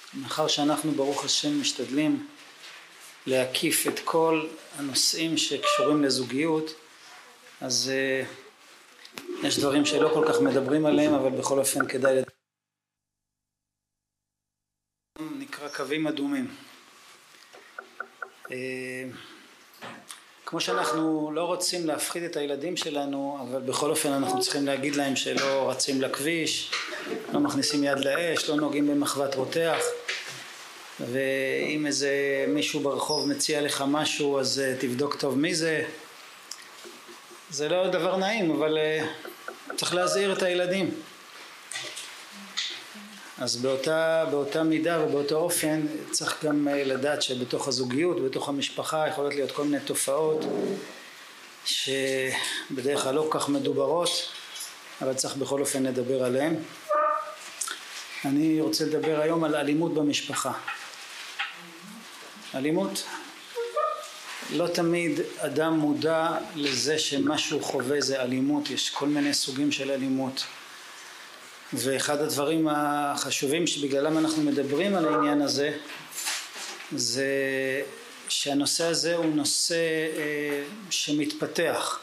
מאחר שאנחנו ברוך השם משתדלים להקיף את כל הנושאים שקשורים לזוגיות, אז יש דברים שלא כל כך מדברים עליהם, אבל בכל אופן כדאי לדבר. נקרא קווים אדומים. כמו שאנחנו לא רוצים להפחיד את הילדים שלנו, אבל בכל אופן אנחנו צריכים להגיד להם שלא רצים לכביש, לא מכניסים יד לאש, לא נוגעים במחבת רותח, ואם איזה מישהו ברחוב מציע לך משהו אז תבדוק טוב מי זה. זה לא דבר נעים, אבל צריך להזהיר את הילדים. אז באותה מידה ובאותו אופן צריך גם לדעת שבתוך הזוגיות, בתוך המשפחה יכולות להיות כל מיני תופעות שבדרך כלל לא כך מדוברות, אבל צריך בכל אופן לדבר עליהן. אני רוצה לדבר היום על אלימות במשפחה. אלימות, לא תמיד אדם מודע לזה שמשהו חווה זה אלימות, יש כל מיני סוגים של אלימות. ואחד הדברים החשובים שבגללם אנחנו מדברים על העניין הזה, זה שהנושא הזה הוא נושא שמתפתח.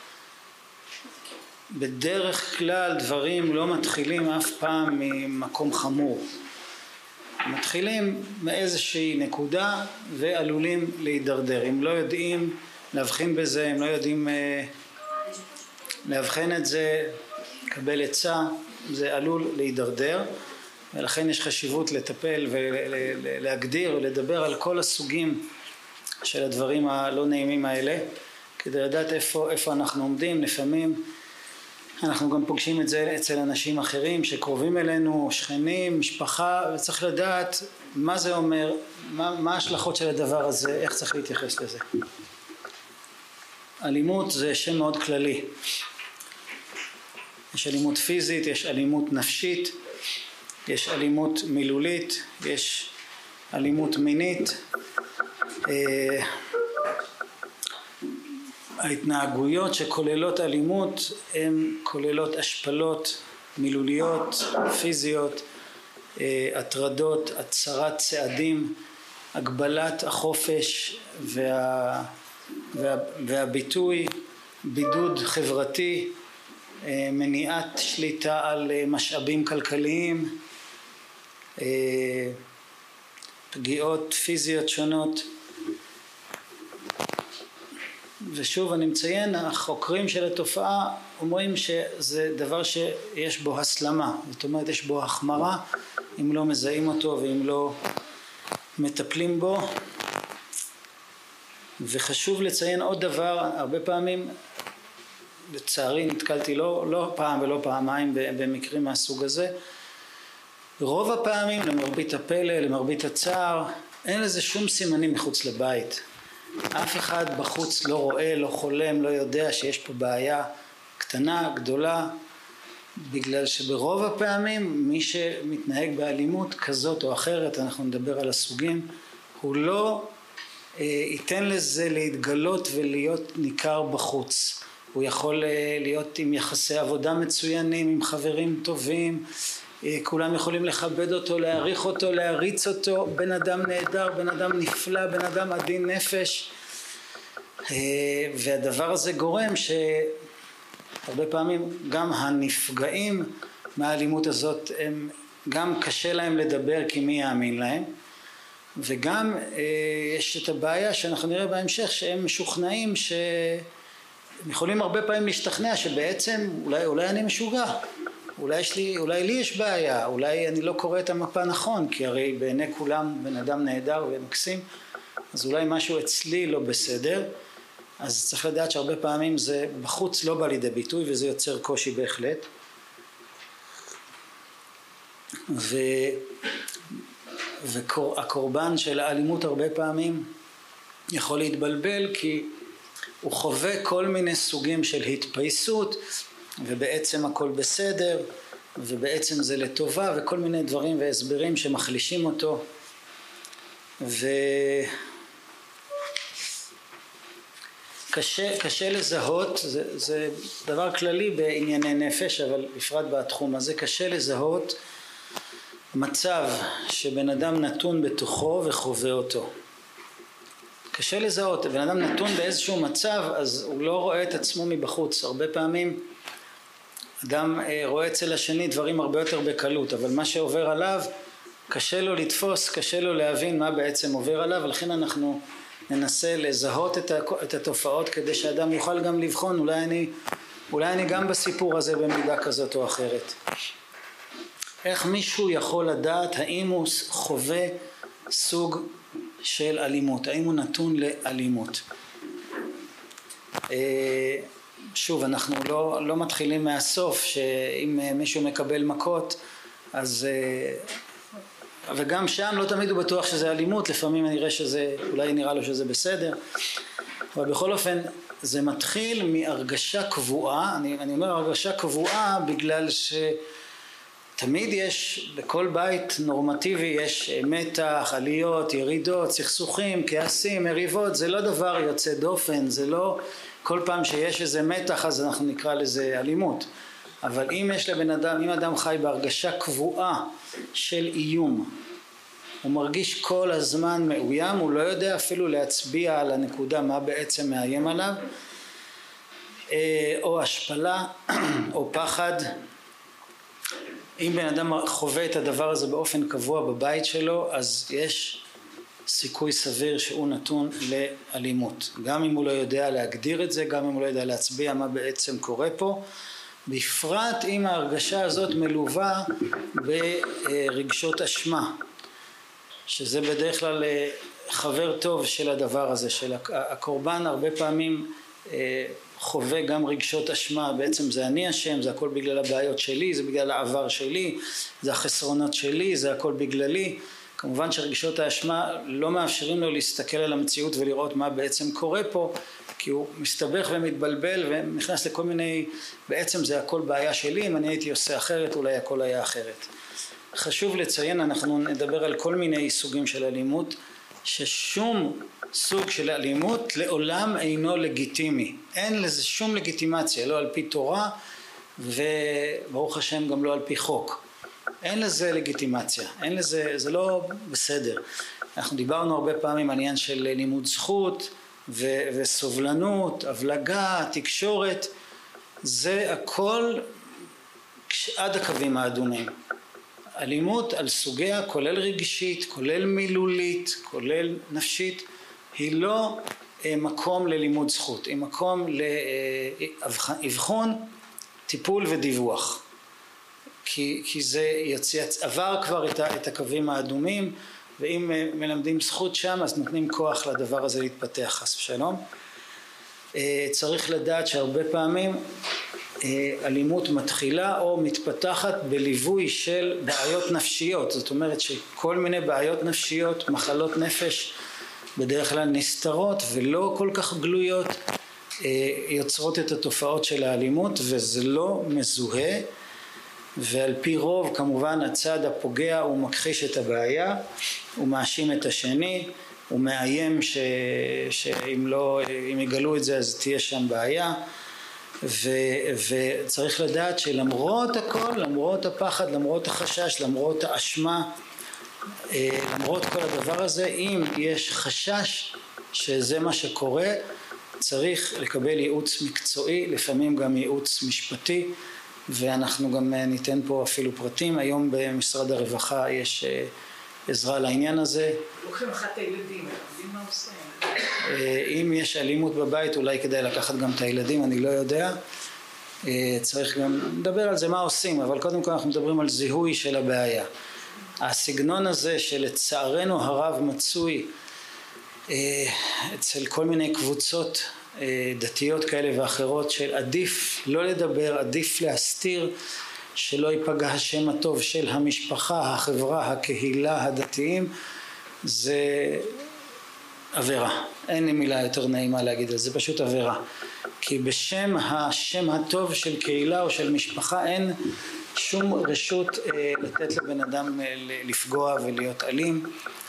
בדרך כלל דברים לא מתחילים אף פעם ממקום חמור. מתחילים מאיזושהי נקודה ועלולים להידרדר. אם לא יודעים להבחין בזה, אם לא יודעים להבחין את זה, לקבל עצה, זה עלול להידרדר, ולכן יש חשיבות לטפל ולהגדיר ולדבר על כל הסוגים של הדברים הלא נעימים האלה, כדי לדעת איפה אנחנו עומדים. לפעמים אנחנו גם פוגשים את זה אצל אנשים אחרים שקרובים אלינו, שכנים, משפחה, וצריך לדעת מה זה אומר, מה ההשלכות של הדבר הזה, איך צריך להתייחס לזה. אלימות זה שם מאוד כללי. יש אלימות פיזית, יש אלימות נפשית, יש אלימות מילולית, יש אלימות מינית. ההתנהגויות שכוללות אלימות הן כוללות השפלות מילוליות, פיזיות, הטרדות, הצרת צעדים, הגבלת החופש והביטוי, בידוד חברתי, מניעת שליטה על משאבים כלכליים, פגיעות פיזיות שונות. ושוב אני מציין, החוקרים של התופעה אומרים שזה דבר שיש בו הסלמה, זאת אומרת יש בו החמרה אם לא מזהים אותו ואם לא מטפלים בו. וחשוב לציין עוד דבר, הרבה פעמים לצערי נתקלתי לא פעם ולא פעמיים במקרים מהסוג הזה. רוב הפעמים, למרבית הפלא, למרבית הצער, אין לזה שום סימנים מחוץ לבית. אף אחד בחוץ לא רואה, לא חולם, לא יודע שיש פה בעיה קטנה, גדולה, בגלל שברוב הפעמים מי שמתנהג באלימות כזאת או אחרת, אנחנו נדבר על הסוגים, הוא לא ייתן לזה להתגלות ולהיות ניכר בחוץ. הוא יכול להיות עם יחסי עבודה מצוינים, עם חברים טובים, כולם יכולים לכבד אותו, להעריך אותו, להריץ אותו, בן אדם נהדר, בן אדם נפלא, בן אדם עדין נפש. והדבר הזה גורם שהרבה פעמים גם הנפגעים מהאלימות הזאת, הם גם קשה להם לדבר כי מי יאמין להם, וגם יש את הבעיה שאנחנו נראה בהמשך שהם משוכנעים הם יכולים הרבה פעמים להשתכנע שבעצם אולי אני משוגע, אולי לי יש בעיה, אולי אני לא קורא את המפה נכון, כי הרי בעיני כולם בן אדם נהדר ומקסים, אז אולי משהו אצלי לא בסדר. אז צריך לדעת שהרבה פעמים זה בחוץ לא בא לידי ביטוי, וזה יוצר קושי בהחלט. והקורבן של האלימות הרבה פעמים יכול להתבלבל, כי הוא חווה כל מיני סוגים של התפייסות, ובעצם הכל בסדר, ובעצם זה לטובה, וכל מיני דברים והסברים שמחלישים אותו. קשה לזהות, זה דבר כללי בענייני נפש, אבל בפרט בתחום הזה, קשה לזהות מצב שבן אדם נתון בתוכו וחווה אותו. קשה לזהות, בן אדם נתון באיזשהו מצב, אז הוא לא רואה את עצמו מבחוץ. הרבה פעמים אדם רואה אצל השני דברים הרבה יותר בקלות, אבל מה שעובר עליו קשה לו לתפוס, קשה לו להבין מה בעצם עובר עליו, ולכן אנחנו ננסה לזהות את התופעות כדי שאדם יוכל גם לבחון, אולי אני גם בסיפור הזה במידה כזאת או אחרת. איך מישהו יכול לדעת האם הוא חווה סוג של אלימות, האם הוא נתון לאלימות? שוב, אנחנו לא מתחילים מהסוף, שאם מישהו מקבל מכות, אז וגם שם לא תמיד הוא בטוח שזה אלימות, לפעמים אולי נראה לו שזה בסדר, אבל בכל אופן זה מתחיל מהרגשה קבועה. אני אומר הרגשה קבועה בגלל שתמיד יש, בכל בית נורמטיבי יש מתח, עליות, ירידות, סכסוכים, כעסים, מריבות, זה לא דבר יוצא דופן, זה לא כל פעם שיש איזה מתח אז אנחנו נקרא לזה אלימות. אבל אם אדם חי בהרגשה קבועה של איום, הוא מרגיש כל הזמן מאוים, הוא לא יודע אפילו להצביע על הנקודה מה בעצם מאיים עליו, או השפלה או פחד. אם בן אדם חווה את הדבר הזה באופן קבוע בבית שלו, אז יש סיכוי סביר שהוא נתון לאלימות, גם אם הוא לא יודע להגדיר את זה, גם אם הוא לא יודע להצביע מה בעצם קורה פה, בפרט אם ההרגשה הזאת מלווה ברגשות אשמה, שזה בדרך כלל חבר טוב של הדבר הזה, של הקורבן הרבה פעמים חווה גם רגשות אשמה, בעצם זה אני אשם, זה הכל בגלל הבעיות שלי, זה בגלל העבר שלי, זה החסרונות שלי, זה הכל בגללי. כמובן שרגשות האשמה לא מאפשרים לו להסתכל על המציאות ולראות מה בעצם קורה פה, כי הוא מסתבך ומתבלבל ונכנס לכל מיני, בעצם זה הכל בעיה שלי, אם אני הייתי עושה אחרת אולי הכל היה אחרת. חשוב לציין, אנחנו נדבר על כל מיני סוגים של אלימות, ששום סוג של אלימות לעולם אינו לגיטימי, אין לזה שום לגיטימציה, לא על פי תורה וברוך השם גם לא על פי חוק, אין לזה לגיטימציה, זה לא בסדר. אנחנו דיברנו הרבה פעמים על עניין של לימוד זכות וסובלנות, הבלגה, תקשורת, זה הכל עד הקווים האדומים. אלימות על סוגיה, כולל רגשית, כולל מילולית, כולל נפשית, היא לא מקום ללימוד זכות, היא מקום לאבחון, טיפול ודיווח. כי זה עבר כבר את הקווים האדומים, ואם מלמדים זכות שם אז נותנים כוח לדבר הזה להתפתח, חס ושלום. צריך לדעת שהרבה פעמים אלימות מתחילה או מתפתחת בליווי של בעיות נפשיות, זאת אומרת שכל מיני בעיות נפשיות, מחלות נפש בדרך כלל נסתרות ולא כל כך גלויות, יוצרות את התופעות של האלימות, וזה לא מזוהה, ועל פי רוב כמובן הצד הפוגע הוא מכחיש את הבעיה, הוא מאשים את השני, הוא מאיים שאם יגלו את זה אז תהיה שם בעיה, וצריך לדעת שלמרות הכל, למרות הפחד, למרות החשש, למרות האשמה, למרות כל הדבר הזה, אם יש חשש שזה מה שקורה, צריך לקבל ייעוץ מקצועי, לפעמים גם ייעוץ משפטי, ואנחנו גם ניתן פה אפילו פרטים. היום במשרד הרווחה יש עזרה לעניין הזה. לוקחים לך את הילדים, יודעים מה עושים? אם יש אלימות בבית אולי כדאי לקחת גם את הילדים, אני לא יודע. צריך גם לדבר על זה מה עושים, אבל קודם כל אנחנו מדברים על זיהוי של הבעיה. הסגנון הזה שלצערנו הרב מצוי אצל כל מיני קבוצות דתיות כאלה ואחרות, של עדיף לא לדבר, עדיף להסתיר, שלא ייפגע השם הטוב של המשפחה, החברה, הקהילה, הדתיים, זה עבירה. אין לי מילה יותר נעימה להגיד על זה, פשוט עבירה. כי בשם השם הטוב של קהילה או של משפחה אין שום רשות לתת לבן אדם לפגוע ולהיות אלים,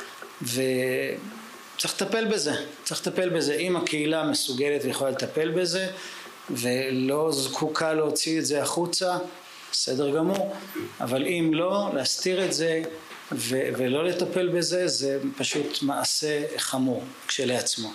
וצריך לטפל בזה. צריך לטפל בזה. אם הקהילה מסוגלת ויכולה לטפל בזה ולא זקוקה להוציא את זה החוצה, בסדר גמור, אבל אם לא, להסתיר את זה ולא לטפל בזה, זה פשוט מעשה חמור כשלעצמו.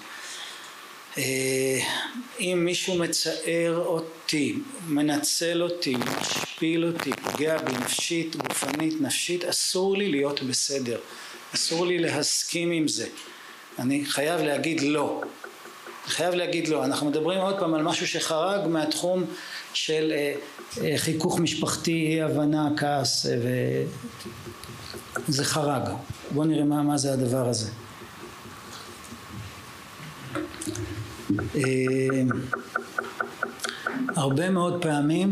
אם מישהו מצער אותי, מנצל אותי, משפיל אותי, פוגע בי נפשית, גופנית, נפשית, אסור לי להיות בסדר, אסור לי להסכים עם זה, אני חייב להגיד לא, חייב להגיד לא. אנחנו מדברים עוד פעם על משהו שחרג מהתחום של חיכוך משפחתי, אי הבנה, כעס, וזה חרג. בואו נראה מה זה הדבר הזה. הרבה מאוד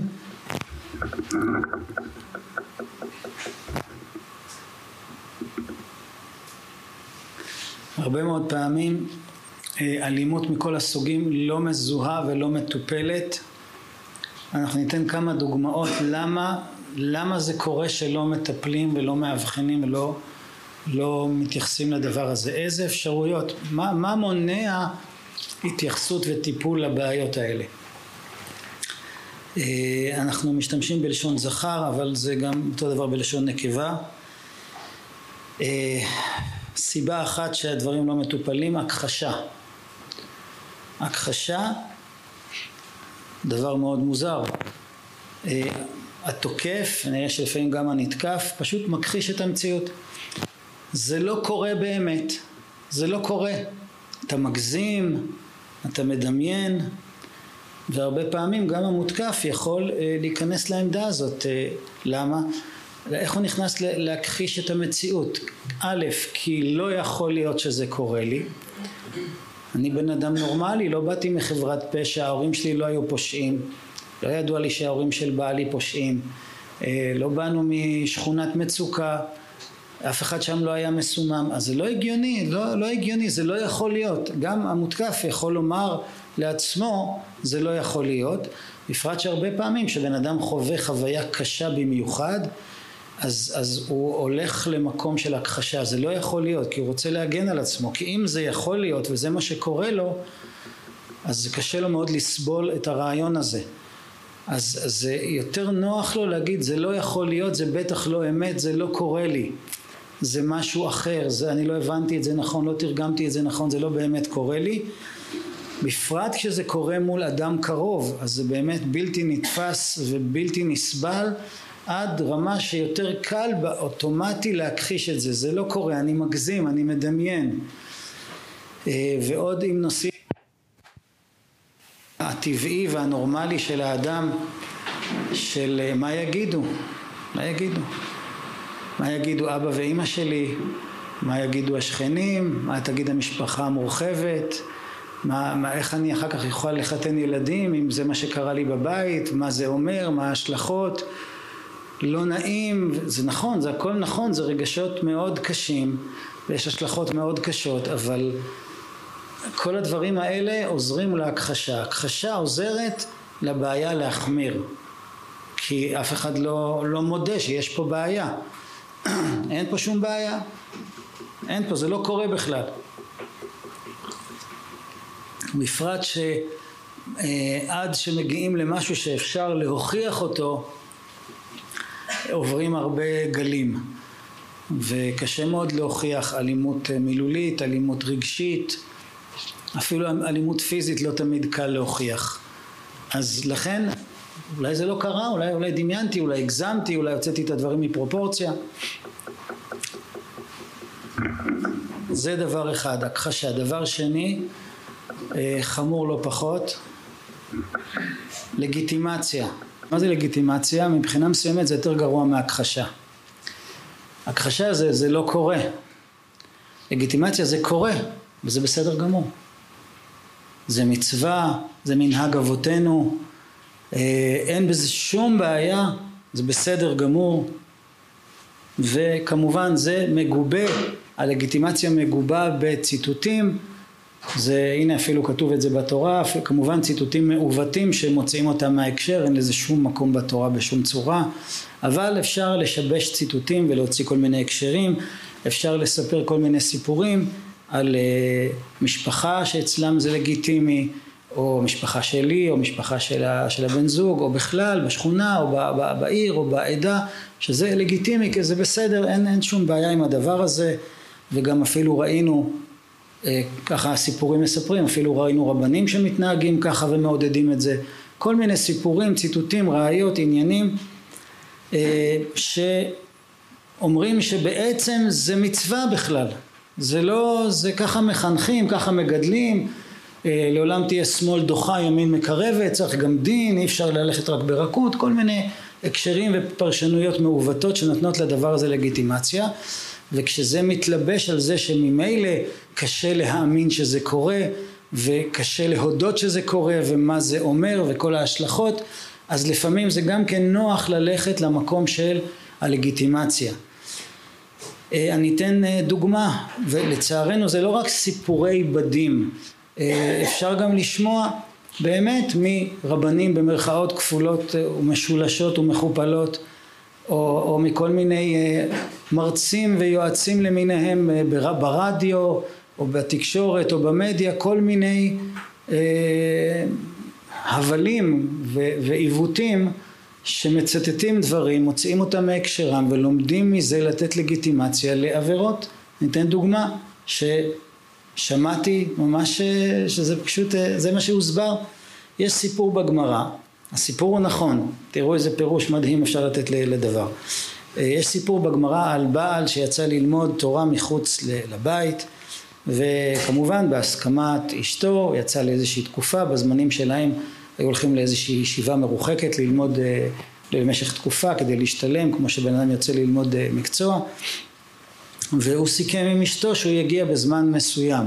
פעמים אלימות מכל הסוגים לא מזוהה ולא מטופלת. אנחנו ניתן כמה דוגמאות למה זה קורה שלא מטפלים ולא מאבחנים ולא מתייחסים לדבר הזה. איזה אפשרויות, מה מונע התייחסות וטיפול לבעיות האלה. אנחנו משתמשים בלשון זכר, אבל זה גם אותו דבר בלשון נקבה. סיבה אחת שהדברים לא מטופלים, הכחשה, דבר מאוד מוזר. התוקף, נראה שלפעמים גם הנתקף, פשוט מכחיש את המציאות. זה לא קורה באמת, זה לא קורה. אתה מגזים, אתה מדמיין, והרבה פעמים גם המותקף יכול להיכנס לעמדה הזאת. למה? איך הוא נכנס להכחיש את המציאות? א', כי לא יכול להיות שזה קורה לי. אני בן אדם נורמלי, לא באתי מחברת פשע, ההורים שלי לא היו פושעים, לא ידוע לי שההורים של בעלי פושעים, לא באנו משכונת מצוקה, אף אחד שם לא היה מסומם, אז זה לא הגיוני, לא הגיוני, זה לא יכול להיות. גם המותקף יכול לומר לעצמו, זה לא יכול להיות, בפרט שהרבה פעמים שבן אדם חווה חוויה קשה במיוחד, אז הוא הולך למקום של הכחשה. זה לא יכול להיות, כי הוא רוצה להגן על עצמו, כי אם זה יכול להיות וזה מה שקורה לו, אז זה קשה לו מאוד לסבול את הרעיון הזה. אז זה יותר נוח לו להגיד, זה לא יכול להיות, זה בטח לא אמת, זה לא קורה לי, זה משהו אחר, אני לא הבנתי את זה נכון, לא תרגמתי את זה נכון, זה לא באמת קורה לי. בפרט כשזה קורה מול אדם קרוב, אז זה באמת בלתי נתפס ובלתי נסבל, עד רמה שיותר קל באוטומטי להכחיש את זה. זה לא קורה, אני מגזים, אני מדמיין. ועוד אם נושאים הטבעי והנורמלי של האדם, של מה יגידו? מה יגידו אבא ואמא שלי? מה יגידו השכנים? מה תגיד המשפחה המורחבת? איך אני אחר כך יכול לחתן ילדים אם זה מה שקרה לי בבית? מה זה אומר? מה ההשלכות? לא נעים, זה נכון, זה הכל נכון, זה רגשות מאוד קשים ויש השלכות מאוד קשות, אבל כל הדברים האלה עוזרים להכחשה. הכחשה עוזרת לבעיה להחמיר, כי אף אחד לא מודה שיש פה בעיה. אין פה שום בעיה, אין פה, זה לא קורה בכלל. בפרט שעד שמגיעים למשהו שאפשר להוכיח אותו, עוברים הרבה גלים, וקשה מאוד להוכיח אלימות מילולית, אלימות רגשית, אפילו אלימות פיזית לא תמיד קל להוכיח. אז לכן אולי זה לא קרה, אולי דמיינתי, אולי הגזמתי, אולי הוצאתי את הדברים מפרופורציה. זה דבר אחד, הכחשה. דבר שני, חמור לא פחות, לגיטימציה. מה זה לגיטימציה? מבחינה מסוימת זה יותר גרוע מהכחשה. הכחשה זה לא קורה. לגיטימציה זה קורה, וזה בסדר גמור. זה מצווה, זה מנהג אבותינו, אין בזה שום בעיה, זה בסדר גמור. וכמובן זה מגובה, הלגיטימציה מגובה בציטוטים, זה, הנה אפילו כתוב את זה בתורה, כמובן ציטוטים מעוותים שמוצאים אותם מההקשר, אין לזה שום מקום בתורה בשום צורה, אבל אפשר לשבש ציטוטים ולהוציא כל מיני הקשרים, אפשר לספר כל מיני סיפורים על משפחה שאצלם זה לגיטימי, או משפחה שלי, או משפחה של הבן זוג, או בכלל בשכונה, או בעיר, או בעדה, שזה לגיטימי, כי זה בסדר, אין שום בעיה עם הדבר הזה, וגם אפילו ראינו, ככה הסיפורים מספרים, אפילו ראינו רבנים שמתנהגים ככה ומעודדים את זה, כל מיני סיפורים, ציטוטים, ראיות, עניינים, שאומרים שבעצם זה מצווה בכלל, זה לא, זה ככה מחנכים, ככה מגדלים, לעולם תהיה שמאל דוחה ימין מקרבת, צריך גם דין, אי אפשר ללכת רק ברכות, כל מיני הקשרים ופרשנויות מעוותות שנותנות לדבר הזה לגיטימציה, וכשזה מתלבש על זה שממילא קשה להאמין שזה קורה, וקשה להודות שזה קורה ומה זה אומר וכל ההשלכות, אז לפעמים זה גם כן נוח ללכת למקום של הלגיטימציה. אני אתן דוגמה, ולצערנו זה לא רק סיפורי בדים, אפשר גם לשמוע באמת מרבנים במרכאות כפולות ומשולשות ומכופלות, או מכל מיני מרצים ויועצים למיניהם ברדיו או בתקשורת או במדיה, כל מיני הבלים ועיוותים שמצטטים דברים, מוצאים אותם מהקשרם ולומדים מזה לתת לגיטימציה לעבירות. ניתן דוגמה ששמעתי ממש שזה פשוט, זה מה שהוסבר. יש סיפור בגמרא, הסיפור הוא נכון, תראו איזה פירוש מדהים אפשר לתת לדבר. יש סיפור בגמרא על בעל שיצא ללמוד תורה מחוץ לבית, וכמובן בהסכמת אשתו יצא לאיזושהי תקופה, בזמנים שלהם היו הולכים לאיזושהי ישיבה מרוחקת ללמוד למשך תקופה כדי להשתלם, כמו שבן אדם יוצא ללמוד מקצוע, והוא סיכם עם אשתו שהוא יגיע בזמן מסוים,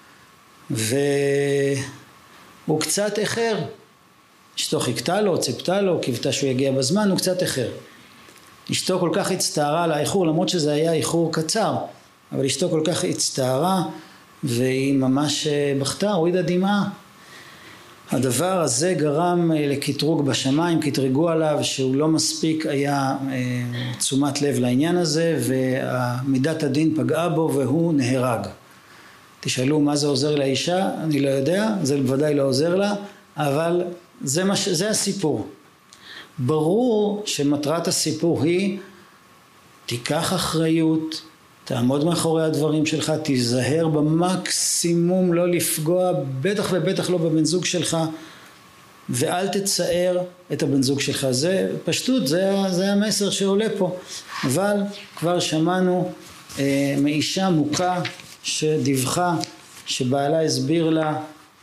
והוא קצת אחר. אשתו חיכתה לו, ציפתה לו, קיוותה שהוא יגיע בזמן, הוא קצת אחר. אשתו כל כך הצטערה על האיחור, למרות שזה היה איחור קצר, אבל אשתו כל כך הצטערה, והיא ממש בכתה, הורידה דמעה. הדבר הזה גרם לקטרוג בשמיים, קטרגו עליו שהוא לא מספיק היה תשומת לב לעניין הזה, ומידת הדין פגעה בו והוא נהרג. תשאלו מה זה עוזר לאישה? אני לא יודע, זה בוודאי לא עוזר לה, אבל זה הסיפור. ברור שמטרת הסיפור היא, תיקח אחריות, תעמוד מאחורי הדברים שלך, תיזהר במקסימום לא לפגוע, בטח ובטח לא בבן זוג שלך, ואל תצער את הבן זוג שלך. זה פשטות, זה המסר שעולה פה. אבל כבר שמענו מאישה מוכה שדיווחה, שבעלה הסביר לה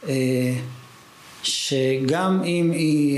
שגם אם היא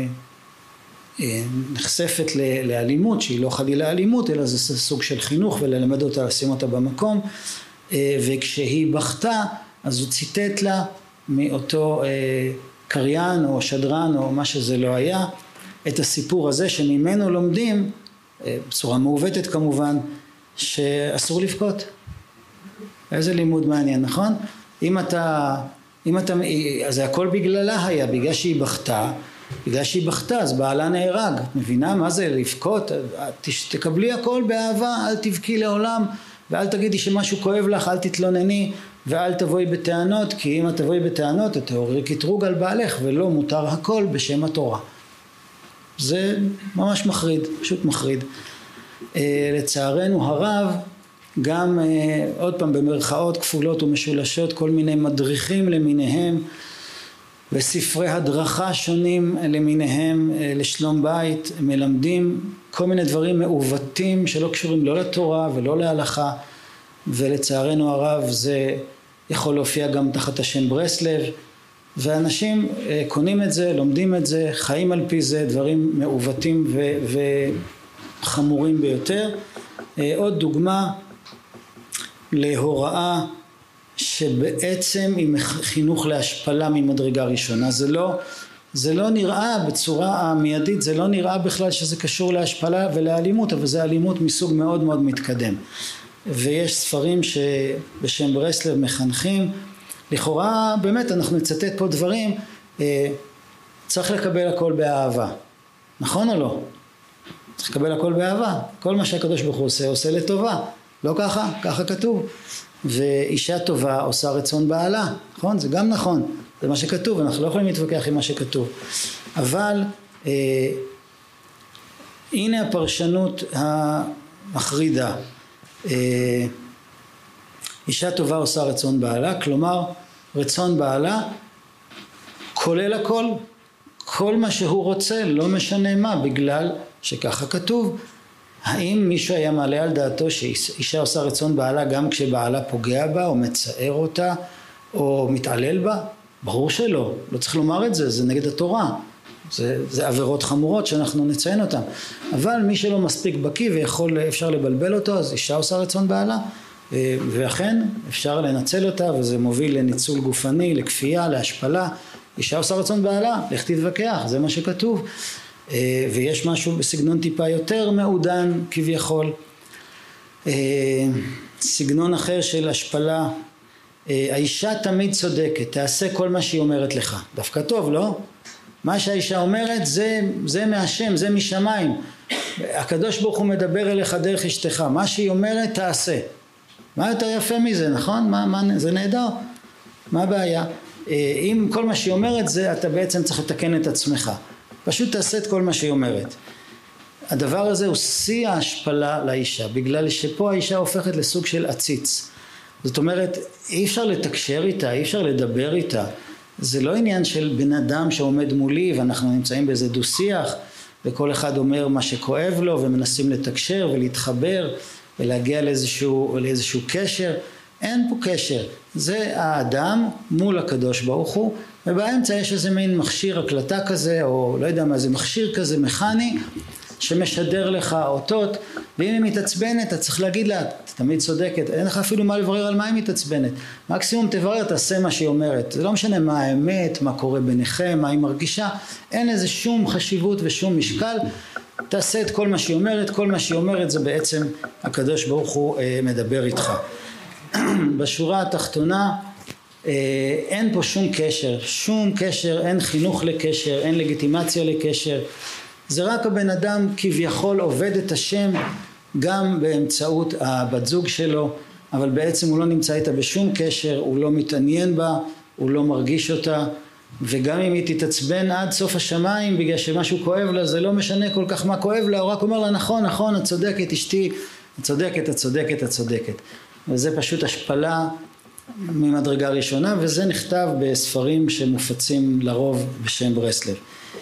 נחשפת לאלימות, שהיא לא חלילה אלימות, אלא זה סוג של חינוך וללמד אותה, לשים אותה במקום, וכשהיא בכתה, אז הוא ציטט לה מאותו קריין או שדרן או מה שזה לא היה, את הסיפור הזה שממנו לומדים, בצורה מעוותת כמובן, שאסור לבכות. איזה לימוד מעניין, נכון? אם אתה, אז זה הכל בגללה היה, בגלל שהיא בכתה, אז בעלה נהרג. מבינה מה זה לבכות? תקבלי הכל באהבה, אל תבכי לעולם, ואל תגידי שמשהו כואב לך, אל תתלונני, ואל תבואי בטענות, כי אם את תבואי בטענות, את תעוררי קטרוג על בעלך, ולא מותר הכל בשם התורה. זה ממש מחריד, פשוט מחריד. לצערנו הרב, גם עוד פעם במרכאות כפולות ומשולשות, כל מיני מדריכים למיניהם, וספרי הדרכה שונים למיניהם לשלום בית, מלמדים כל מיני דברים מעוותים שלא קשורים לא לתורה ולא להלכה, ולצערנו הרב זה יכול להופיע גם תחת השם ברסלב, ואנשים קונים את זה, לומדים את זה, חיים על פי זה, דברים מעוותים וחמורים ביותר. עוד דוגמה להוראה שבעצם היא חינוך להשפלה ממדרגה ראשונה. זה לא נראה בצורה המיידית, זה לא נראה בכלל שזה קשור להשפלה ולאלימות, אבל זה אלימות מסוג מאוד מאוד מתקדם. ויש ספרים שבשם ברסלב מחנכים, לכאורה באמת אנחנו נצטט פה דברים, צריך לקבל הכל באהבה, נכון או לא? צריך לקבל הכל באהבה, כל מה שהקדוש ברוך הוא עושה לטובה, לא ככה, ככה כתוב. ואישה טובה עושה רצון בעלה, נכון? זה גם נכון. זה מה שכתוב, אנחנו לא יכולים להתווכח עם מה שכתוב. אבל הנה הפרשנות המחרידה. אישה טובה עושה רצון בעלה, כלומר רצון בעלה כולל הכל, כל מה שהוא רוצה, לא משנה מה, בגלל שככה כתוב. האם מישהו היה מעלה על דעתו שאישה עושה רצון בעלה גם כשבעלה פוגע בה או מצער אותה או מתעלל בה? ברור שלא, לא צריך לומר את זה, זה נגד התורה, זה עבירות חמורות שאנחנו נציין אותן. אבל מי שלא מספיק בקיא ואפשר לבלבל אותו, אז אישה עושה רצון בעלה, ואכן אפשר לנצל אותה, וזה מוביל לניצול גופני, לכפייה, להשפלה. אישה עושה רצון בעלה, לך תתווכח, זה מה שכתוב. ויש משהו בסגנון טיפה יותר מעודן כביכול, סגנון אחר של השפלה. האישה תמיד צודקת, תעשה כל מה שהיא אומרת לך. דווקא טוב, לא? מה שהאישה אומרת זה מהשם, זה משמיים. הקדוש ברוך הוא מדבר אליך דרך אשתך, מה שהיא אומרת תעשה. מה יותר יפה מזה, נכון? זה נהדר. מה הבעיה? אם כל מה שהיא אומרת זה, אתה בעצם צריך לתקן את עצמך. פשוט תעשה את כל מה שהיא אומרת. הדבר הזה הוא שיא ההשפלה לאישה, בגלל שפה האישה הופכת לסוג של עציץ. זאת אומרת, אי אפשר לתקשר איתה, אי אפשר לדבר איתה. זה לא עניין של בן אדם שעומד מולי ואנחנו נמצאים באיזה דו שיח, וכל אחד אומר מה שכואב לו ומנסים לתקשר ולהתחבר ולהגיע לאיזשהו קשר. אין פה קשר, זה האדם מול הקדוש ברוך הוא, ובאמצע יש איזה מין מכשיר הקלטה כזה, או לא יודע מה, זה מכשיר כזה מכני שמשדר לך אותות, ואם היא מתעצבנת אתה צריך להגיד לה, את תמיד צודקת, אין לך אפילו מה לברר על מה היא מתעצבנת, מקסימום תברר, תעשה מה שהיא אומרת, זה לא משנה מה האמת, מה קורה ביניכם, מה היא מרגישה, אין איזה שום חשיבות ושום משקל, תעשה את כל מה שהיא אומרת, כל מה שהיא אומרת זה בעצם הקדוש ברוך הוא מדבר איתך. בשורה התחתונה אין פה שום קשר, אין חינוך לקשר, אין לגיטימציה לקשר, זה רק הבן אדם כביכול עובד את השם גם באמצעות הבת זוג שלו, אבל בעצם הוא לא נמצא איתה בשום קשר, הוא לא מתעניין בה, הוא לא מרגיש אותה, וגם אם היא תתעצבן עד סוף השמיים בגלל שמשהו כואב לה, זה לא משנה כל כך מה כואב לה, הוא רק אומר לה נכון, את צודקת אשתי, את צודקת. וזה פשוט השפלה ממדרגה ראשונה, וזה נכתב בספרים שמופצים לרוב בשם ברסלב.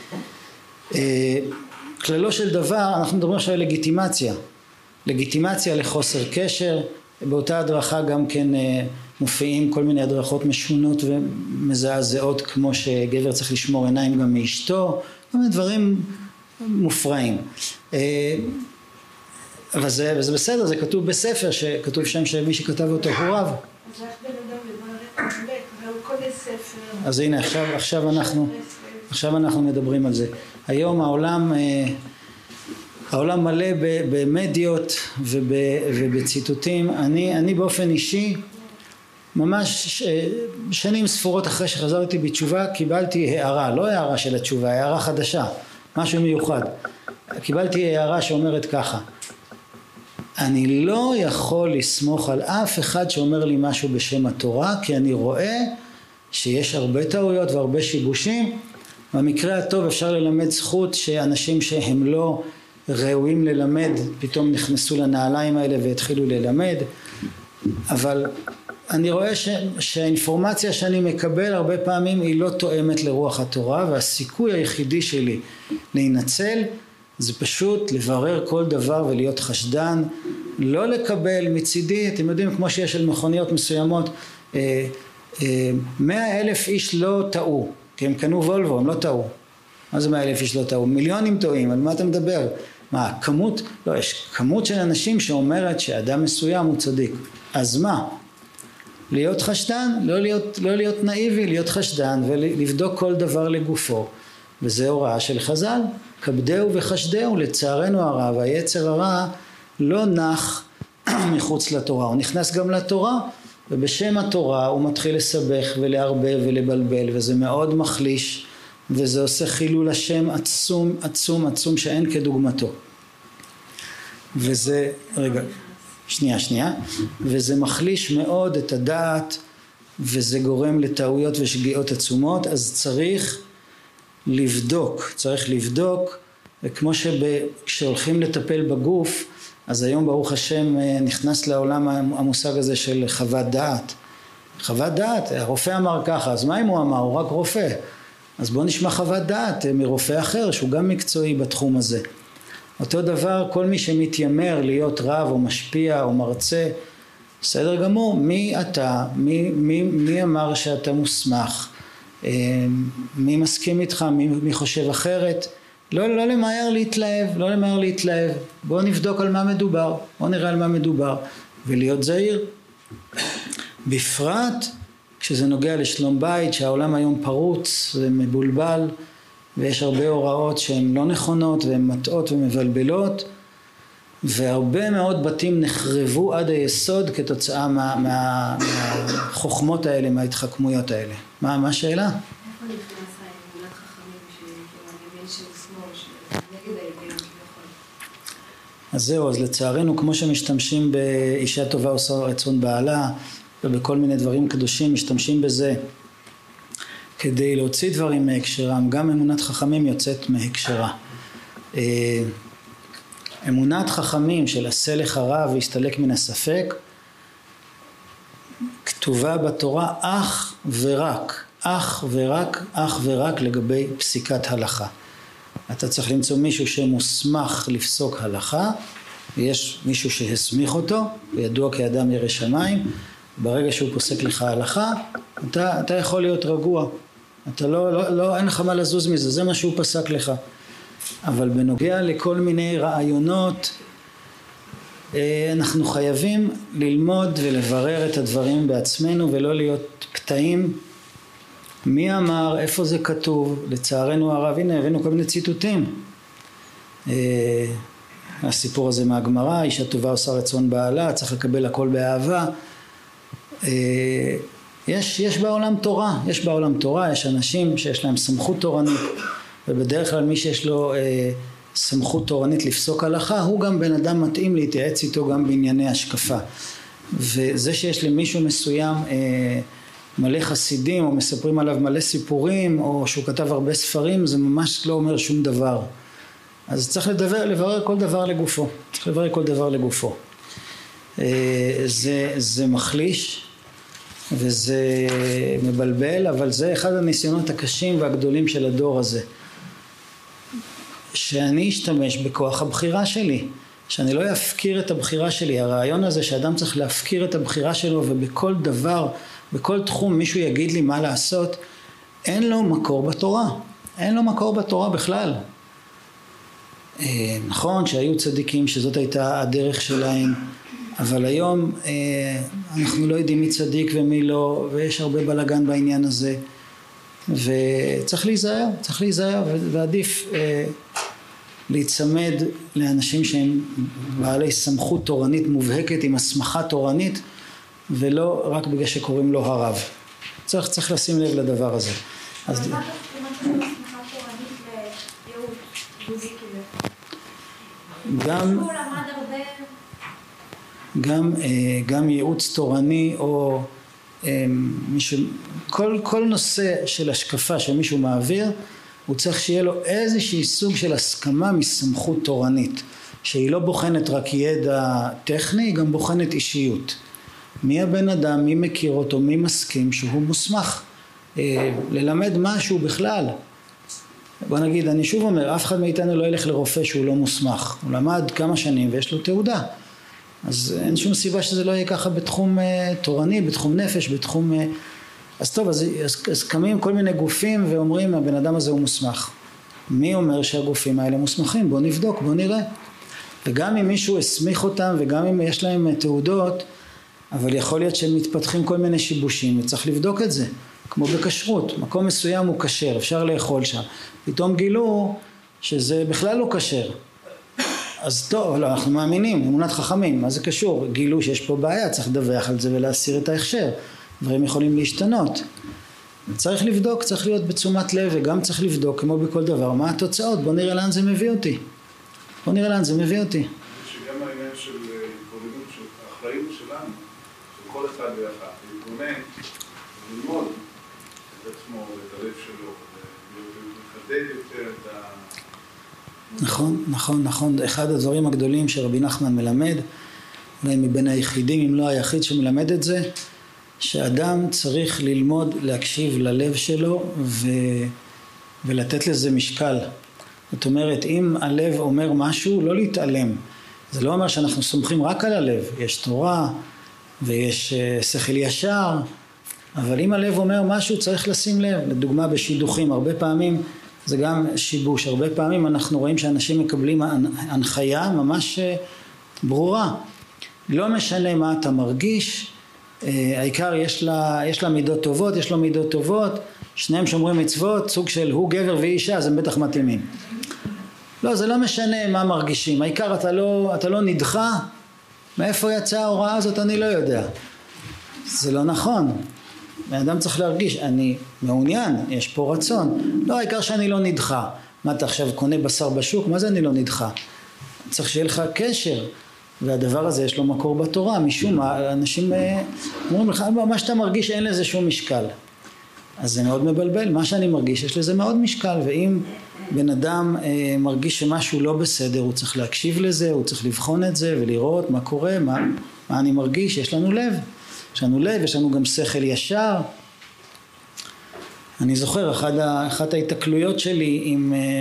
כללו של דבר, אנחנו מדברים עכשיו על לגיטימציה לחוסר קשר. באותה הדרכה גם כן מופיעים כל מיני הדרכות משונות ומזעזעות, כמו שגבר צריך לשמור עיניים גם מאשתו, כל מיני דברים מופרעים. אבל זה בסדר, זה כתוב בספר שכתוב שם שמי שכתב אותו הוא רב. אז איך בן אדם לברך את המת, והוא קורא ספר. אז הנה, עכשיו אנחנו מדברים על זה. היום העולם מלא במדיות ובציטוטים. אני באופן אישי, ממש שנים ספורות אחרי שחזרתי בתשובה, קיבלתי הערה, לא הערה של התשובה, הערה חדשה, משהו מיוחד. קיבלתי הערה שאומרת ככה, אני לא יכול לסמוך על אף אחד שאומר לי משהו בשם התורה, כי אני רואה שיש הרבה טעויות והרבה שיבושים. במקרה הטוב אפשר ללמד זכות שאנשים שהם לא ראויים ללמד פתאום נכנסו לנעליים האלה והתחילו ללמד, אבל אני רואה שהאינפורמציה שאני מקבל הרבה פעמים היא לא תואמת לרוח התורה, והסיכוי היחידי שלי להינצל זה פשוט לברר כל דבר ולהיות חשדן, לא לקבל מצידי, אתם יודעים, כמו שיש על מכוניות מסוימות, 100,000 איש לא טעו, כי הם קנו וולבו, הם לא טעו. מה זה 100,000 איש לא טעו? מיליונים טועים, על מה אתה מדבר? מה, כמות? לא, יש כמות של אנשים שאומרת שאדם מסוים הוא צדיק. אז מה? להיות חשדן, לא להיות נאיבי, להיות חשדן ולבדוק כל דבר לגופו. וזה הוראה של חז"ל, כבדהו וחשדהו. לצערנו הרב, היצר הרע לא נח מחוץ לתורה, הוא נכנס גם לתורה, ובשם התורה הוא מתחיל לסבך ולהרבב ולבלבל, וזה מאוד מחליש, וזה עושה חילול השם עצום עצום עצום שאין כדוגמתו. וזה, רגע, שנייה, וזה מחליש מאוד את הדעת וזה גורם לטעויות ושגיאות עצומות, אז צריך לבדוק, וכמו כשהולכים לטפל בגוף, אז היום ברוך השם נכנס לעולם המושג הזה של חוות דעת. חוות דעת, הרופא אמר ככה, אז מה אם הוא אמר? הוא רק רופא. אז בוא נשמע חוות דעת מרופא אחר שהוא גם מקצועי בתחום הזה. אותו דבר, כל מי שמתיימר להיות רב או משפיע או מרצה, בסדר גמור, מי אתה? מי אמר שאתה מוסמך? מי מסכים איתך? מי חושב אחרת? לא למהר להתלהב, בואו נבדוק על מה מדובר, בואו נראה על מה מדובר, ולהיות זהיר. בפרט כשזה נוגע לשלום בית, שהעולם היום פרוץ ומבולבל, ויש הרבה הוראות שהן לא נכונות והן מטעות ומבלבלות, והרבה מאוד בתים נחרבו עד היסוד כתוצאה מהחוכמות האלה, מההתחכמויות האלה. מה השאלה? איפה נכנס האמונת חכמים שמאמינים של שמאל, נגד ההיגיון כביכול? אז זהו, אז לצערנו, כמו שמשתמשים באישה טובה עושה רצון בעלה, ובכל מיני דברים קדושים משתמשים בזה כדי להוציא דברים מהקשרם, גם אמונת חכמים יוצאת מהקשרה. אמונת חכמים של עשה לך רע והסתלק מן הספק, כתובה בתורה אך ורק לגבי פסיקת הלכה. אתה צריך למצוא מישהו שמוסמך לפסוק הלכה, ויש מישהו שהסמיך אותו, וידוע כאדם ירא שמיים. ברגע שהוא פוסק לך הלכה, אתה יכול להיות רגוע. אתה אין לך מה לזוז מזה, זה מה שהוא פסק לך. אבל בנוגע לכל מיני רעיונות, אנחנו חייבים ללמוד ולברר את הדברים בעצמנו, ולא להיות פתאים. מי אמר, איפה זה כתוב? לצערנו הרב, הנה הבאנו כל מיני ציטוטים. הסיפור הזה מהגמרא, אישה טובה עושה רצון בעלה, צריך לקבל הכל באהבה. יש בעולם תורה, יש אנשים שיש להם סמכות תורנית, ובדרך כלל מי שיש לו סמכות תורנית לפסוק הלכה, הוא גם בן אדם מתאים להתייעץ איתו גם בענייני השקפה. וזה שיש למישהו מסוים מלא חסידים, או מספרים עליו מלא סיפורים, או שהוא כתב הרבה ספרים, זה ממש לא אומר שום דבר. אז צריך לברר כל דבר לגופו. זה מחליש וזה מבלבל, אבל זה אחד הניסיונות הקשים והגדולים של הדור הזה. שאני אשתמש בכוח הבחירה שלי, שאני לא אפקיר את הבחירה שלי. הרעיון הזה שאדם צריך להפקיר את הבחירה שלו, ובכל דבר, בכל תחום מישהו יגיד לי מה לעשות, אין לו מקור בתורה בכלל. נכון שהיו צדיקים שזאת הייתה הדרך שלהם, אבל היום אנחנו לא יודעים מי צדיק ומי לא, ויש הרבה בלגן בעניין הזה, וצריך להיזהר, ועדיף להצמד לאנשים שהם בעלי סמכות תורנית מובהקת עם הסמכה תורנית, ולא רק בגלל שקוראים לו הרב. צריך לשים לב לדבר הזה. אז מה אתה אומר סמכה תורנית לייעוץ דודי כזה? גם ייעוץ תורני, או כל נושא של השקפה שמישהו מעביר, הוא צריך שיהיה לו איזושהי סוג של הסכמה מסמכות תורנית, שהיא לא בוחנת רק ידע טכני, היא גם בוחנת אישיות. מי הבן אדם, מי מכיר אותו, מי מסכים שהוא מוסמך ללמד משהו בכלל. בוא נגיד, אני שוב אומר, אף אחד מאיתנו לא ילך לרופא שהוא לא מוסמך. הוא למד כמה שנים ויש לו תעודה. אז אין שום סיבה שזה לא יהיה ככה בתחום תורני, בתחום נפש, בתחום... אז טוב, אז קמים כל מיני גופים ואומרים, הבן אדם הזה הוא מוסמך. מי אומר שהגופים האלה מוסמכים? בוא נבדוק, בוא נראה. וגם אם מישהו הסמיך אותם, וגם אם יש להם תעודות, אבל יכול להיות שהם מתפתחים כל מיני שיבושים, וצריך לבדוק את זה. כמו בכשרות, מקום מסוים הוא כשר, אפשר לאכול שם. פתאום גילו שזה בכלל לא כשר. אז טוב, לא, אנחנו מאמינים, אמונת חכמים, מה זה קשור? גילו שיש פה בעיה, צריך לדווח על זה ולהסיר את ההכשר. דברים יכולים להשתנות. צריך לבדוק, צריך להיות בתשומת לב, וגם צריך לבדוק, כמו בכל דבר, מה התוצאות? בוא נראה לאן זה מביא אותי. שגם העניין של התבוננות, של האחריות שלנו, של כל אחד ואחד, להתבונן ללמוד את עצמו ואת הלב שלו, ולחדד יותר את ה... נכון. אחד הדברים הגדולים שרבי נחמן מלמד, אולי מבין היחידים, אם לא היחיד שמלמד את זה, שאדם צריך ללמוד להקשיב ללב שלו ולתת לזה משקל. זאת אומרת, אם הלב אומר משהו, לא להתעלם. זה לא אומר שאנחנו סומכים רק על הלב. יש תורה ויש שכל ישר, אבל אם הלב אומר משהו צריך לשים לב. לדוגמה בשידוכים, הרבה פעמים זה גם שיבוש. הרבה פעמים אנחנו רואים שאנשים מקבלים הנחיה ממש ברורה. לא משנה מה אתה מרגיש, העיקר יש לה מידות טובות, יש לו מידות טובות, שניהם שומרים מצוות, סוג של הוא גבר והיא אישה, אז הם בטח מתאימים. לא, זה לא משנה מה מרגישים, העיקר אתה לא נדחה, מאיפה יצאה ההוראה הזאת אני לא יודע. זה לא נכון. האדם צריך להרגיש, אני מעוניין, יש פה רצון. לא, העיקר שאני לא נדחה. מה אתה עכשיו קונה בשר בשוק? מה זה אני לא נדחה? צריך שיהיה לך קשר. והדבר הזה יש לו מקור בתורה, משום מה אנשים אומרים לך, מה שאתה מרגיש אין לזה שום משקל. אז זה מאוד מבלבל, מה שאני מרגיש יש לזה מאוד משקל, ואם בן אדם מרגיש שמשהו לא בסדר, הוא צריך להקשיב לזה, הוא צריך לבחון את זה ולראות מה קורה, מה אני מרגיש, יש לנו לב, יש לנו גם שכל ישר. אני זוכר, אחת ההתקלויות שלי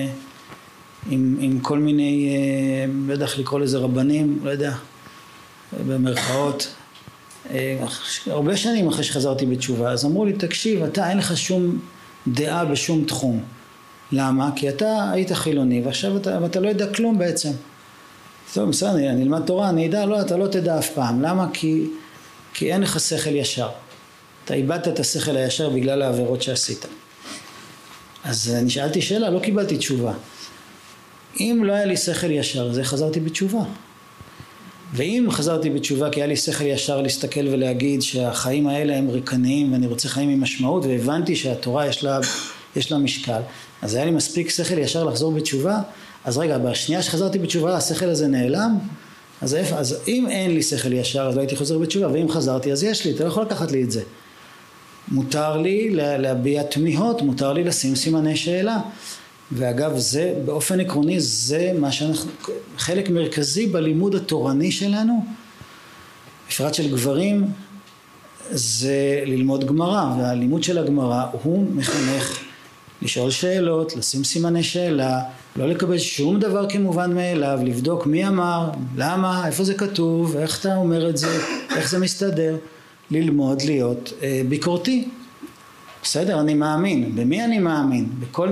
עם כל מיני, לא יודע איך לקרוא לזה רבנים, לא יודע, במרכאות, הרבה שנים אחרי שחזרתי בתשובה, אז אמרו לי, תקשיב, אתה אין לך שום דעה בשום תחום. למה? כי אתה היית חילוני, ועכשיו אתה לא יודע כלום בעצם. טוב, בסדר, אני אלמד תורה, אני אדע, לא, אתה לא תדע אף פעם. למה? כי אין לך שכל ישר. אתה איבדת את השכל הישר בגלל העבירות שעשית. אז אני שאלתי שאלה, לא קיבלתי תשובה. אם לא היה לי שכל ישר, אז חזרתי בתשובה. ואם חזרתי בתשובה כי היה לי שכל ישר להסתכל ולהגיד שהחיים האלה הם ריקניים ואני רוצה חיים עם משמעות, והבנתי שהתורה יש לה משקל, אז היה לי מספיק שכל ישר לחזור בתשובה. אז רגע, בשנייה שחזרתי בתשובה השכל הזה נעלם, אז אם אין לי שכל ישר אז לא הייתי חוזר בתשובה, ואם חזרתי אז יש לי, אתה לא יכול לקחת לי את זה. מותר לי להביע תמיהות, מותר לי לשים סימני שאלה. ואגב, זה באופן עקרוני, זה מה שאנחנו, חלק מרכזי בלימוד התורני שלנו, בפרט של גברים, זה ללמוד גמרא, והלימוד של הגמרא הוא מחנך לשאול שאלות, לשים סימני שאלה, לא לקבל שום דבר כמובן מאליו, לבדוק מי אמר, למה, איפה זה כתוב, איך אתה אומר את זה, איך זה מסתדר, ללמוד להיות ביקורתי. בסדר, אני מאמין. במי אני מאמין? בכל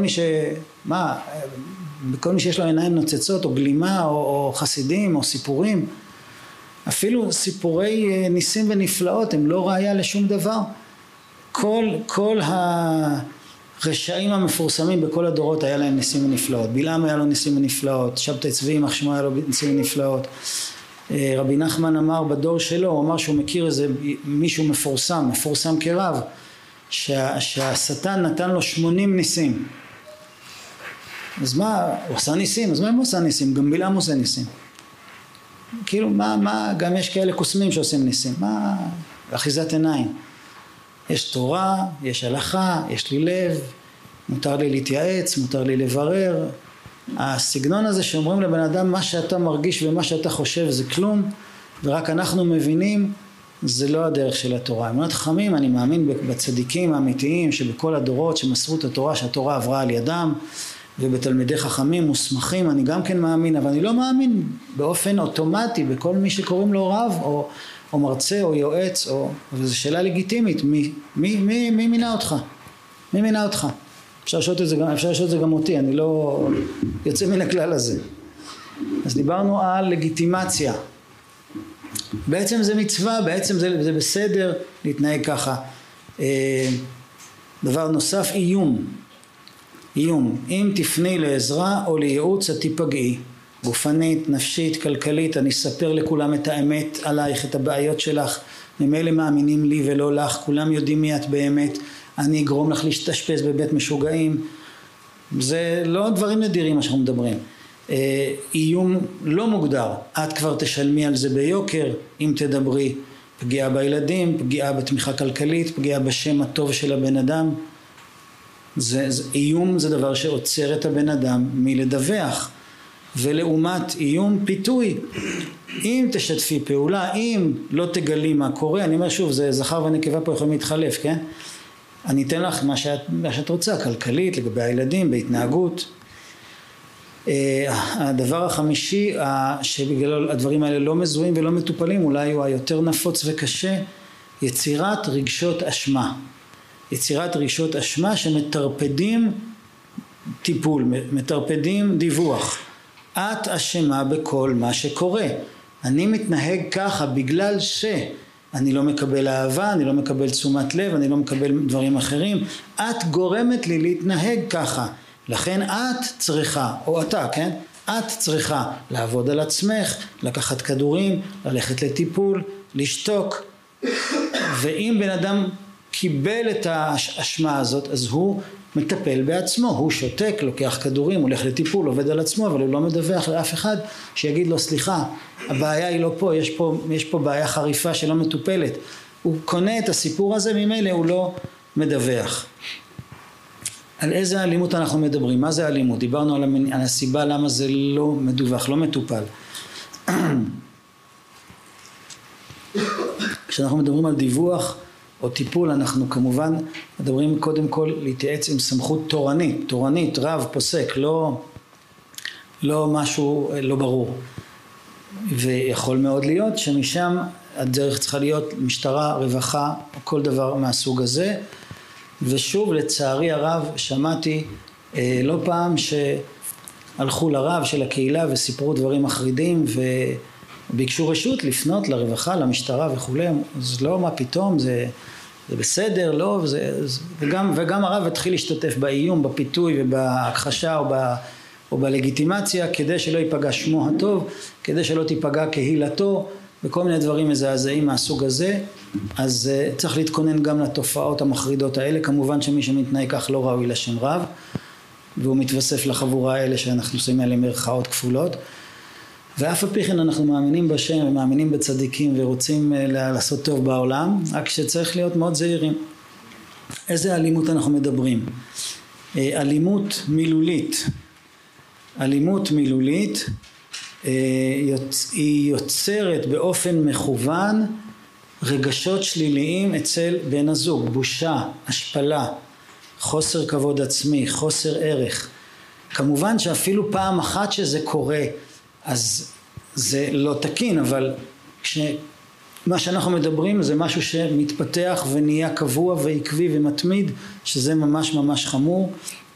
מי שיש לו עיניים נוצצות, או גלימה, או חסידים, או סיפורים. אפילו סיפורי ניסים ונפלאות הם לא ראיה לשום דבר. כל הרשעים המפורסמים בכל הדורות היה להם ניסים ונפלאות. בלעם היה לו ניסים ונפלאות, שבתאי צבי יימח שמו היה לו ניסים ונפלאות. רבי נחמן אמר בדור שלו, הוא אמר שהוא מכיר איזה מישהו מפורסם כרב, שהשטן נתן לו 80 ניסים. אז מה, הוא עשה ניסים? אז מה אם הוא עשה ניסים? גם בלעם עושה ניסים. כאילו, גם יש כאלה קוסמים שעושים ניסים. מה, אחיזת עיניים. יש תורה, יש הלכה, יש לי לב, מותר לי להתייעץ, מותר לי לברר. הסגנון הזה שאומרים לבן אדם, מה שאתה מרגיש ומה שאתה חושב זה כלום, ורק אנחנו מבינים, זה לא הדרך של התורה. אמונת חכמים, אני מאמין בצדיקים האמיתיים שבכל הדורות שמסרו את התורה, שהתורה עברה על ידם, ובתלמידי חכמים מוסמכים, אני גם כן מאמין, אבל אני לא מאמין באופן אוטומטי בכל מי שקוראים לו רב או מרצה או יועץ, וזו שאלה לגיטימית, מי מינה אותך? מי מינה אותך? אפשר לשאול את זה גם אותי, אני לא יוצא מן הכלל הזה. אז דיברנו על לגיטימציה. בעצם זה מצווה, בעצם זה בסדר להתנהג ככה. דבר נוסף, איום. אם תפני לעזרה או לייעוץ את תיפגעי. גופנית, נפשית, כלכלית, אני אספר לכולם את האמת עלייך, את הבעיות שלך. ממילא מאמינים לי ולא לך, כולם יודעים מי את באמת. אני אגרום לך להשתשפז בבית משוגעים. זה לא דברים נדירים מה שאנחנו מדברים. איום לא מוגדר, את כבר תשלמי על זה ביוקר אם תדברי, פגיעה בילדים, פגיעה בתמיכה כלכלית, פגיעה בשם הטוב של הבן אדם. איום זה דבר שעוצר את הבן אדם מלדווח, ולעומת איום פיתוי. אם תשתפי פעולה, אם לא תגלי מה קורה, אני אומר שוב, זה זכר ונקבה פה יכולים להתחלף, כן? אני אתן לך מה שאת רוצה, כלכלית, לגבי הילדים, בהתנהגות. הדבר החמישי, שבגלל הדברים האלה לא מזוהים ולא מטופלים, אולי הוא היותר נפוץ וקשה, יצירת רגשות אשמה. יצירת רגשות אשמה שמטרפדים טיפול, מטרפדים דיווח. את אשמה בכל מה שקורה. אני מתנהג ככה בגלל שאני לא מקבל אהבה, אני לא מקבל תשומת לב, אני לא מקבל דברים אחרים. את גורמת לי להתנהג ככה. לכן את צריכה, או אתה, כן? את צריכה לעבוד על עצמך, לקחת כדורים, ללכת לטיפול, לשתוק. ואם בן אדם קיבל את האשמה הזאת, אז הוא מטפל בעצמו, הוא שותק, לוקח כדורים, הולך לטיפול, עובד על עצמו, אבל הוא לא מדווח לאף אחד שיגיד לו סליחה, הבעיה היא לא פה, יש פה בעיה חריפה שלא מטופלת. הוא קונה את הסיפור הזה, ממילא הוא לא מדווח. על איזה אלימות אנחנו מדברים? מה זה אלימות? דיברנו על הסיבה למה זה לא מדווח, לא מטופל. כשאנחנו מדברים על דיווח או טיפול, אנחנו כמובן מדברים קודם כל להתייעץ עם סמכות תורנית, רב, פוסק, לא משהו לא ברור. ויכול מאוד להיות שמשם הדרך צריכה להיות משטרה, רווחה, או כל דבר מהסוג הזה. ושוב, לצערי הרב, שמעתי לא פעם שהלכו לרב של הקהילה וסיפרו דברים מחרידים וביקשו רשות לפנות לרווחה, למשטרה וכו'. אז לא, מה פתאום, זה בסדר, לא, וגם הרב התחיל להשתתף באיום, בפיתוי ובהכחשה או בלגיטימציה, כדי שלא ייפגע שמו הטוב, כדי שלא תיפגע קהילתו, וכל מיני דברים מזעזעים מהסוג הזה. אז צריך להתכונן גם לתופעות המחרידות האלה. כמובן שמי שמתנהג כך לא ראוי לשם רב, והוא מתווסף לחבורה האלה שאנחנו עושים עליהם מרכאות כפולות. ואף על פי כן אנחנו מאמינים בשם ומאמינים בצדיקים ורוצים לעשות טוב בעולם, רק שצריך להיות מאוד זהירים. איזה אלימות אנחנו מדברים? אלימות מילולית. אלימות מילולית היא יוצרת באופן מכוון רגשות שליליים אצל בן הזוג, בושה, השפלה, חוסר כבוד עצמי, חוסר ערך. כמובן שאפילו פעם אחת שזה קורה, אז זה לא תקין, אבל מה שאנחנו מדברים זה משהו שמתפתח ונהיה קבוע ועקבי ומתמיד, שזה ממש ממש חמור.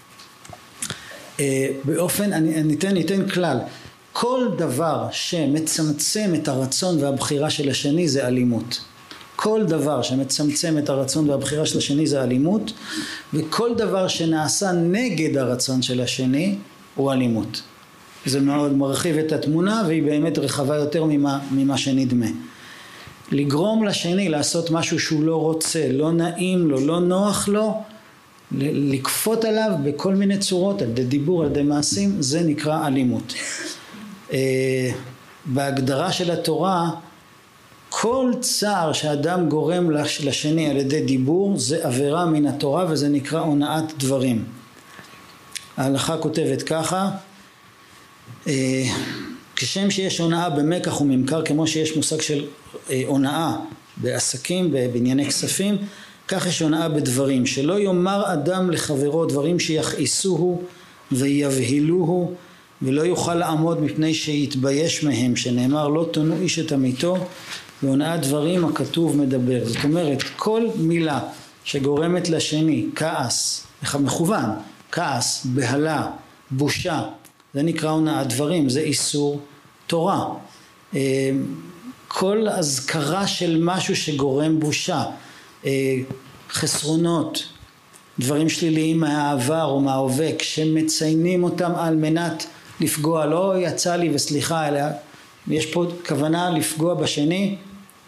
באופן, אני אתן כלל, כל דבר שמצמצם את הרצון והבחירה של השני זה אלימות. כל דבר שמצמצם את הרצון והבחירה של השני זה אלימות, וכל דבר שנעשה נגד הרצון של השני הוא אלימות. זה מאוד מרחיב את התמונה, והיא באמת רחבה יותר ממה שנדמה. לגרום לשני לעשות משהו שהוא לא רוצה, לא נעים לו, לא נוח לו, לקפות עליו בכל מיני צורות, על ידי דיבור, על ידי מעשים, זה נקרא אלימות. בהגדרה של התורה, כל צער שאדם גורם לשני על ידי דיבור זה עבירה מן התורה, וזה נקרא הונאת דברים. ההלכה כותבת ככה, כשם שיש הונאה במקח וממכר, כמו שיש מושג של הונאה בעסקים, בענייני כספים, כך יש הונאה בדברים. שלא יאמר אדם לחברו דברים שיכעיסוהו ויבהילוהו, ולא יוכל לעמוד מפני שיתבייש מהם, שנאמר לא תונו איש את עמיתו, והונאת דברים הכתוב מדבר. זאת אומרת, כל מילה שגורמת לשני כעס, מכוון, כעס, בהלה, בושה, זה נקרא הונאת דברים, זה איסור תורה. כל הזכרה של משהו שגורם בושה, חסרונות, דברים שליליים מהעבר או מההווה, כשמציינים אותם על מנת לפגוע, לא יצא לי וסליחה, אלא יש פה כוונה לפגוע בשני.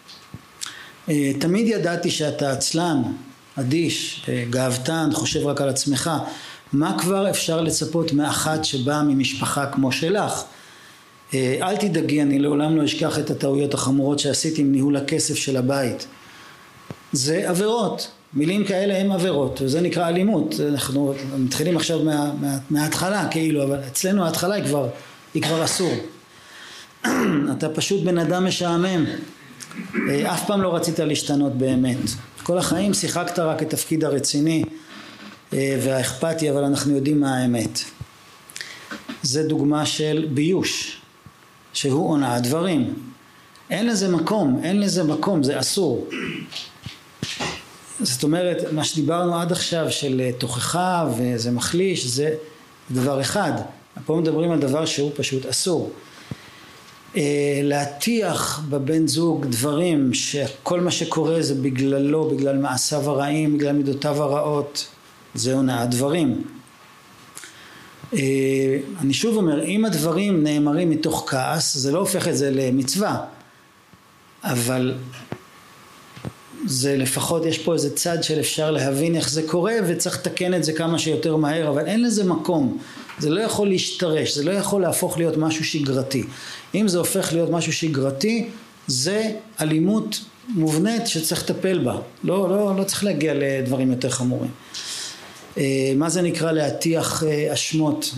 תמיד ידעתי שאתה עצלן, אדיש, גאוותן, חושב רק על עצמך. מה כבר אפשר לצפות מאחת שבאה ממשפחה כמו שלך? אל תדאגי, אני לעולם לא אשכח את הטעויות החמורות שעשיתי עם ניהול הכסף של הבית. זה עבירות, מילים כאלה הם עבירות, וזה נקרא אלימות. אנחנו מתחילים עכשיו מההתחלה כאילו, אבל אצלנו ההתחלה היא כבר אסור. אתה פשוט בן אדם משעמם, אף פעם לא רצית להשתנות באמת, כל החיים שיחקת רק את תפקיד הרציני והאכפתי, אבל אנחנו יודעים מה האמת. זה דוגמה של ביוש, שהוא הונאת דברים. אין לזה מקום, זה אסור. זאת אומרת, מה שדיברנו עד עכשיו של תוכחה וזה מחליש, זה דבר אחד. פה מדברים על דבר שהוא פשוט אסור. להטיח בבן זוג דברים שכל מה שקורה זה בגללו, בגלל מעשיו הרעים, בגלל מידותיו הרעות, זה הונאת דברים. אני שוב אומר, אם הדברים נאמרים מתוך כעס, זה לא הופך את זה למצווה, אבל זה לפחות יש פה איזה צד של אפשר להבין איך זה קורה, וצריך לתקן את זה כמה שיותר מהר, אבל אין לזה מקום. זה לא יכול להשתרש, זה לא יכול להפוך להיות משהו שגרתי. אם זה הופך להיות משהו שגרתי, זה אלימות מובנית שצריך לטפל בה. לא צריך להגיע לדברים יותר חמורים. מה זה נקרא להטיח אשמות?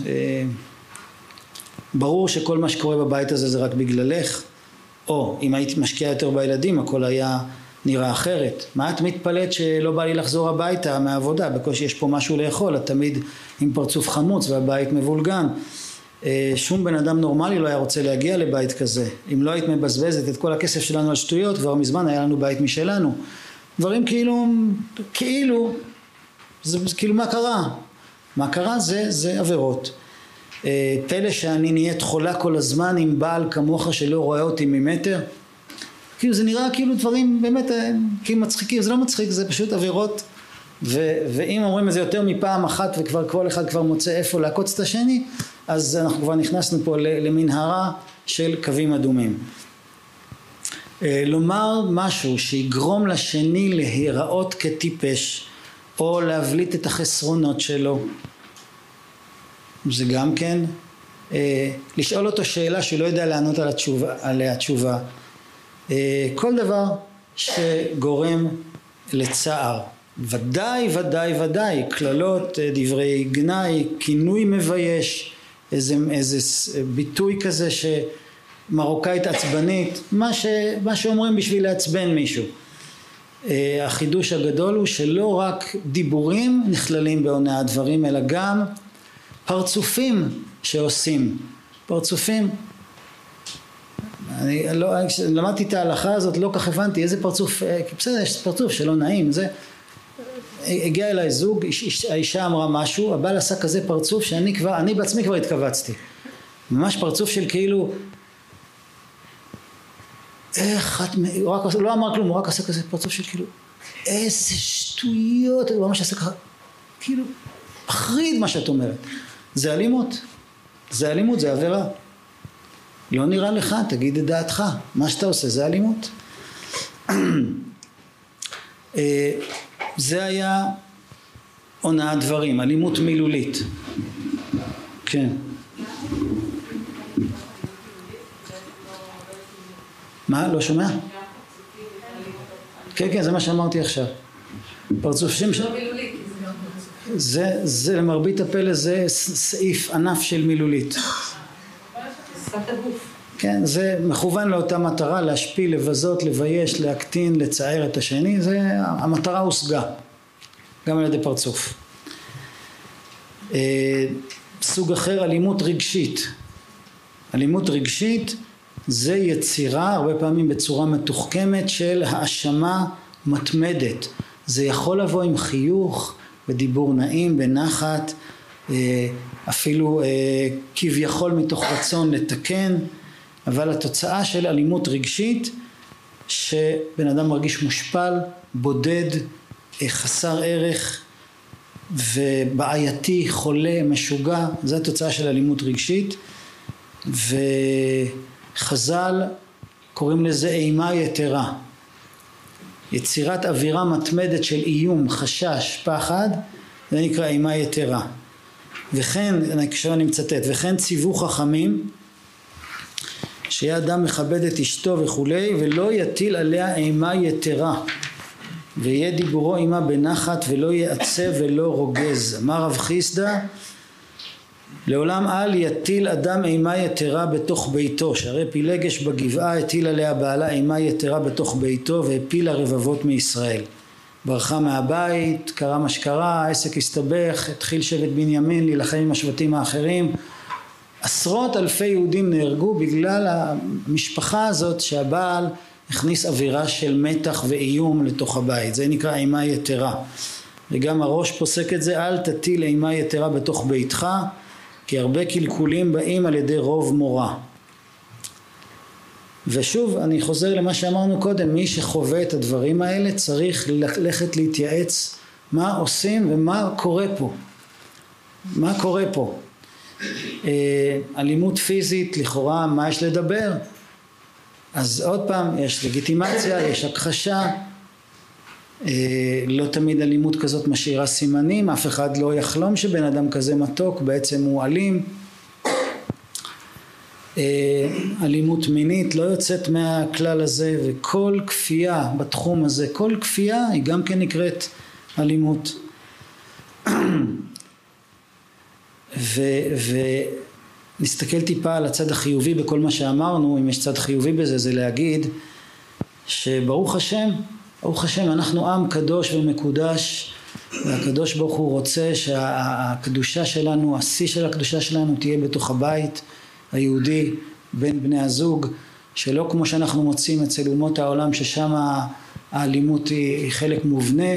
ברור שכל מה שקורה בבית הזה זה רק בגללך, או אם היית משקיע יותר בילדים הכל היה נראה אחרת. מה את מתפלאת שלא בא לי לחזור הביתה מהעבודה? בקושי יש פה משהו לאכול, את תמיד עם פרצוף חמוץ והבית מבולגן. שום בן אדם נורמלי לא היה רוצה להגיע לבית כזה. אם לא היית מבזבזת את כל הכסף שלנו על שטויות, כבר מזמן היה לנו בית משלנו. דברים כאילו זה כאילו מה קרה זה עבירות. פלא שאני נהיית חולה כל הזמן עם בעל כמוך שלא רואה אותי ממטר. כאילו זה נראה כאילו דברים באמת כאילו מצחיקים, זה לא מצחיק, זה פשוט עבירות. ואם אומרים את זה יותר מפעם אחת וכבר כל אחד כבר מוצא איפה לעקוץ את השני, אז אנחנו כבר נכנסנו פה למנהרה של קווים אדומים. לומר משהו שיגרום לשני להיראות כטיפש, או להבליט את החסרונות שלו, זה גם כן. לשאול אותו שאלה שלא יודע לענות עליה תשובה. כל דבר שגורם לצער. ודאי, כללות, דברי גנאי, כינוי מבייש, איזה ביטוי כזה שמרוקאית עצבנית, מה שאומרים בשביל לעצבן מישהו. החידוש הגדול הוא שלא רק דיבורים נכללים בהונאת דברים, אלא גם פרצופים שעושים. פרצופים. אני למדתי את ההלכה הזאת, לא כך הבנתי איזה פרצוף, בסדר, יש פרצוף שלא נעים, זה. הגיע אליי זוג, האישה אמרה משהו, הבעל עשה כזה פרצוף שאני בעצמי כבר התכווצתי. ממש פרצוף של כאילו, הוא לא אמר כלום, הוא רק עשה כזה פרצוף של כאילו, איזה שטויות, הוא ממש עשה ככה, כאילו, מחריד מה שאת אומרת. זה אלימות, זה עבירה. לא נראה לך, תגיד את דעתך, מה שאתה עושה זה אלימות. זה היה הונאת דברים, אלימות מילולית. כן. מה? לא שומע? כן, זה מה שאמרתי עכשיו. פרצופים של... זה למרבית הפלא, זה סעיף ענף של מילולית. שפת הגוף. כן, זה מכוון לאותה מטרה, להשפיל, לבזות, לבייש, להקטין, לצער את השני, זה המטרה הושגה, גם על ידי פרצוף. סוג אחר, אלימות רגשית. אלימות רגשית זה יצירה, הרבה פעמים בצורה מתוחכמת, של האשמה מתמדת. זה יכול לבוא עם חיוך ודיבור נעים, בנחת, אפילו כביכול מתוך רצון לתקן, אבל התוצאה של אלימות רגשית, שבן אדם מרגיש מושפל, בודד, חסר ערך ובעייתי, חולה, משוגע, זו התוצאה של אלימות רגשית. וחז"ל קוראים לזה אימה יתרה. יצירת אווירה מתמדת של איום, חשש, פחד, זה נקרא אימה יתרה. וכן, עכשיו אני מצטט, וכן ציוו חכמים שיהיה אדם מכבד את אשתו וכולי, ולא יטיל עליה אימה יתרה, ויהיה דיבורו עמה בנחת, ולא יעצב ולא רוגז. אמר רב חיסדא, לעולם אל יטיל אדם אימה יתרה בתוך ביתו, שהרי פילגש בגבעה הטיל עליה בעלה אימה יתרה בתוך ביתו, והפילה רבבות מישראל. ברחה מהבית, קרה מה שקרה, העסק הסתבך, התחיל שבט בנימין להילחם עם השבטים האחרים. עשרות אלפי יהודים נהרגו בגלל המשפחה הזאת, שהבעל הכניס אווירה של מתח ואיום לתוך הבית. זה נקרא אימה יתרה. וגם הראש פוסק את זה, אל תטיל אימה יתרה בתוך ביתך, כי הרבה קלקולים באים על ידי רוב מורא. ושוב אני חוזר למה שאמרנו קודם, מי שחווה את הדברים האלה צריך ללכת להתייעץ מה עושים ומה קורה פה. מה קורה פה? אלימות פיזית, לכאורה מה יש לדבר? אז עוד פעם, יש לגיטימציה, יש הכחשה, לא תמיד אלימות כזאת משאירה סימנים, אף אחד לא יחלום שבן אדם כזה מתוק, בעצם הוא אלים. אלימות מינית לא יוצאת מהכלל הזה, וכל כפייה בתחום הזה, כל כפייה היא גם כן נקראת אלימות. ונסתכל טיפה על הצד החיובי בכל מה שאמרנו, אם יש צד חיובי בזה, זה להגיד שברוך השם, ברוך השם, אנחנו עם קדוש ומקודש, והקדוש ברוך הוא רוצה שהקדושה שלנו, השיא של הקדושה שלנו תהיה בתוך הבית היהודי בין בני הזוג, שלא כמו שאנחנו מוצאים אצל אומות העולם ששם האלימות היא חלק מובנה.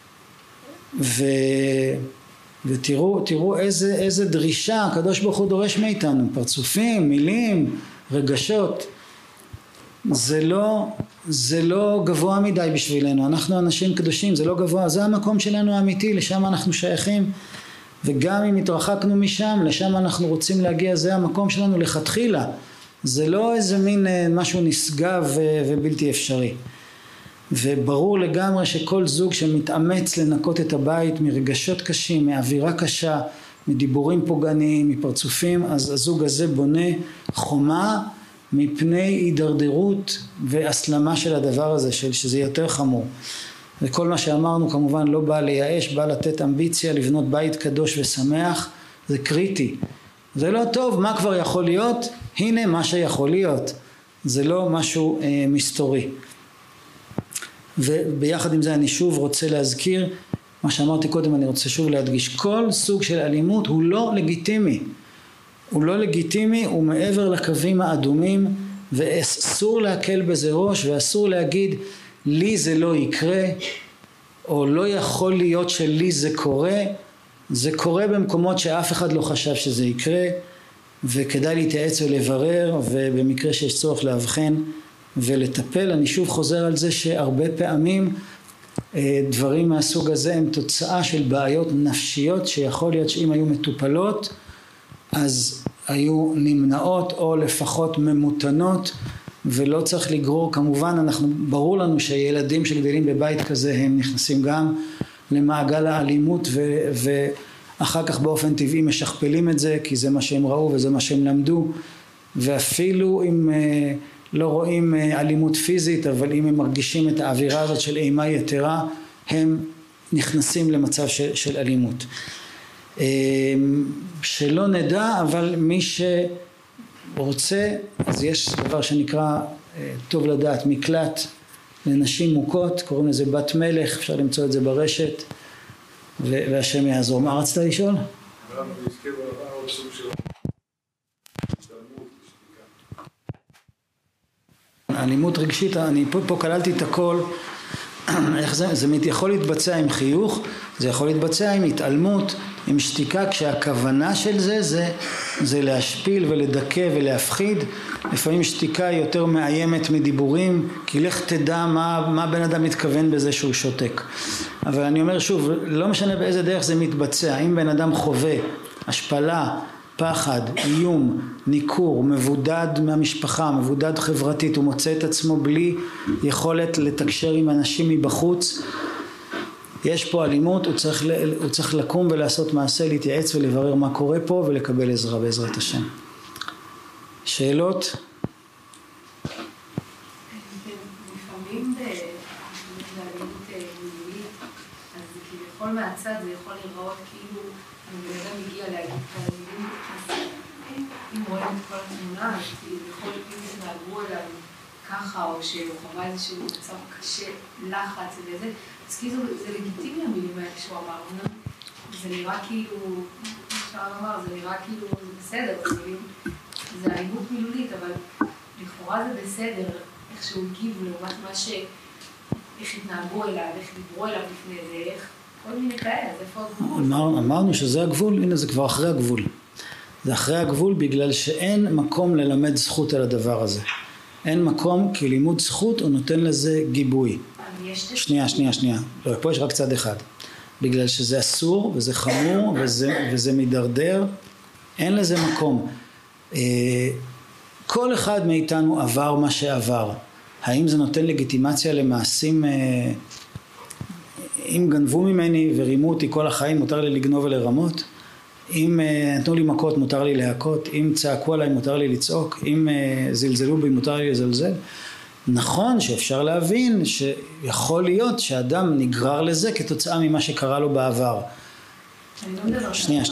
ותראו איזה דרישה הקדוש ברוך הוא דורש מאיתנו, פרצופים, מילים, רגשות. זה לא גבוה מדי בשבילנו, אנחנו אנשים קדושים, זה לא גבוה, זה המקום שלנו האמיתי, לשם אנחנו שייכים, וגם אם התרחקנו משם, לשם אנחנו רוצים להגיע, זה המקום שלנו לכתחילה, זה לא איזה מין משהו נשגב ובלתי אפשרי. וברור לגמרי שכל זוג שמתאמץ לנקות את הבית מרגשות קשים, מאווירה קשה, מדיבורים פוגעניים, מפרצופים, אז הזוג הזה בונה חומה מפני הידרדרות והסלמה של הדבר הזה, שזה יותר חמור. וכל מה שאמרנו כמובן לא בא לייאש, בא לתת אמביציה, לבנות בית קדוש ושמח, זה קריטי. זה לא טוב, מה כבר יכול להיות? הנה מה שיכול להיות. זה לא משהו מסתורי. וביחד עם זה אני שוב רוצה להזכיר, מה שאמרתי קודם אני רוצה שוב להדגיש, כל סוג של אלימות הוא לא לגיטימי. הוא לא לגיטימי, הוא מעבר לקווים האדומים, ואסור להקל בזה ראש, ואסור להגיד לי זה לא יקרה, או לא יכול להיות שלי זה קורה. זה קורה במקומות שאף אחד לא חשב שזה יקרה, וכדאי להתייעץ ולברר, ובמקרה שיש צורך להבחן ולטפל. אני שוב חוזר על זה שהרבה פעמים דברים מהסוג הזה הם תוצאה של בעיות נפשיות, שיכול להיות שאם היו מטופלות אז היו נמנעות או לפחות ממותנות, ולא צריך לגרור. כמובן ברור לנו שילדים שגדלים בבית כזה הם נכנסים גם למעגל האלימות, ואחר כך באופן טבעי משכפלים את זה, כי זה מה שהם ראו וזה מה שהם למדו. ואפילו אם לא רואים אלימות פיזית, אבל אם הם מרגישים את האווירה הזאת של אימה יתרה, הם נכנסים למצב של אלימות. שלא נדע, אבל מי שרוצה, אז יש דבר שנקרא, טוב לדעת, מקלט לנשים מוכות, קוראים לזה בת מלך, אפשר למצוא את זה ברשת, והשם יעזור. מה רצית לשאול? הרב הזכיר עוד סוג של אלימות רגשית, אני פה כללתי את הכל. איך זה יכול להתבצע עם חיוך, זה יכול להתבצע עם התעלמות, עם שתיקה, כשהכוונה של זה להשפיל ולדכא ולהפחיד. לפעמים שתיקה היא יותר מאיימת מדיבורים, כי לך תדע מה בן אדם מתכוון בזה שהוא שותק. אבל אני אומר שוב, לא משנה באיזה דרך זה מתבצע, אם בן אדם חווה השפלה, פחד, איום, ניכור, מבודד מהמשפחה, מבודד חברתית, הוא מוצא את עצמו בלי יכולת לתקשר עם אנשים מבחוץ, יש פה אלימות, הוא צריך לקום ולעשות מעשה, להתייעץ ולברר מה קורה פה ולקבל עזרה בעזרת השם. שאלות? כביכול מהצד זה יכול להיראות כאילו הבן אדם הגיע להגיד כאלה מילים, אז אם רואים את כל התמונה, אז יכול להיות אם התנהגו אליו ככה, או שהוא חווה איזשהו מצב קשה, לחץ וזה, אז כאילו זה לגיטימי המילים האלה שהוא אמר, זה נראה כאילו, אפשר לומר, זה נראה כאילו זה בסדר, זה אלימות מילולית, אבל לכאורה זה בסדר, איך שהוא הגיב לעומת מה איך התנהגו אליו, איך דיברו אליו לפני זה, איך כל מיני כאלה, אז איפה הגבול? אמרנו שזה הגבול, הנה זה כבר אחרי הגבול. זה אחרי הגבול בגלל שאין מקום ללמד זכות על הדבר הזה. אין מקום, כי לימוד זכות הוא נותן לזה גיבוי. שנייה. לא, פה יש רק צד אחד. בגלל שזה אסור וזה חמור וזה מדרדר, אין לזה מקום. כל אחד מאיתנו עבר מה שעבר. האם זה נותן לגיטימציה למעשים, אם גנבו ממני ורימו אותי כל החיים, מותר לי לגנוב ולרמות? אם נתנו לי מכות, מותר לי להכות? אם צעקו עליי, מותר לי לצעוק? אם זלזלו בי, מותר לי לזלזל? נכון שאפשר להבין שיכול להיות שאדם נגרר לזה כתוצאה ממה שקרה לו בעבר. שנייה.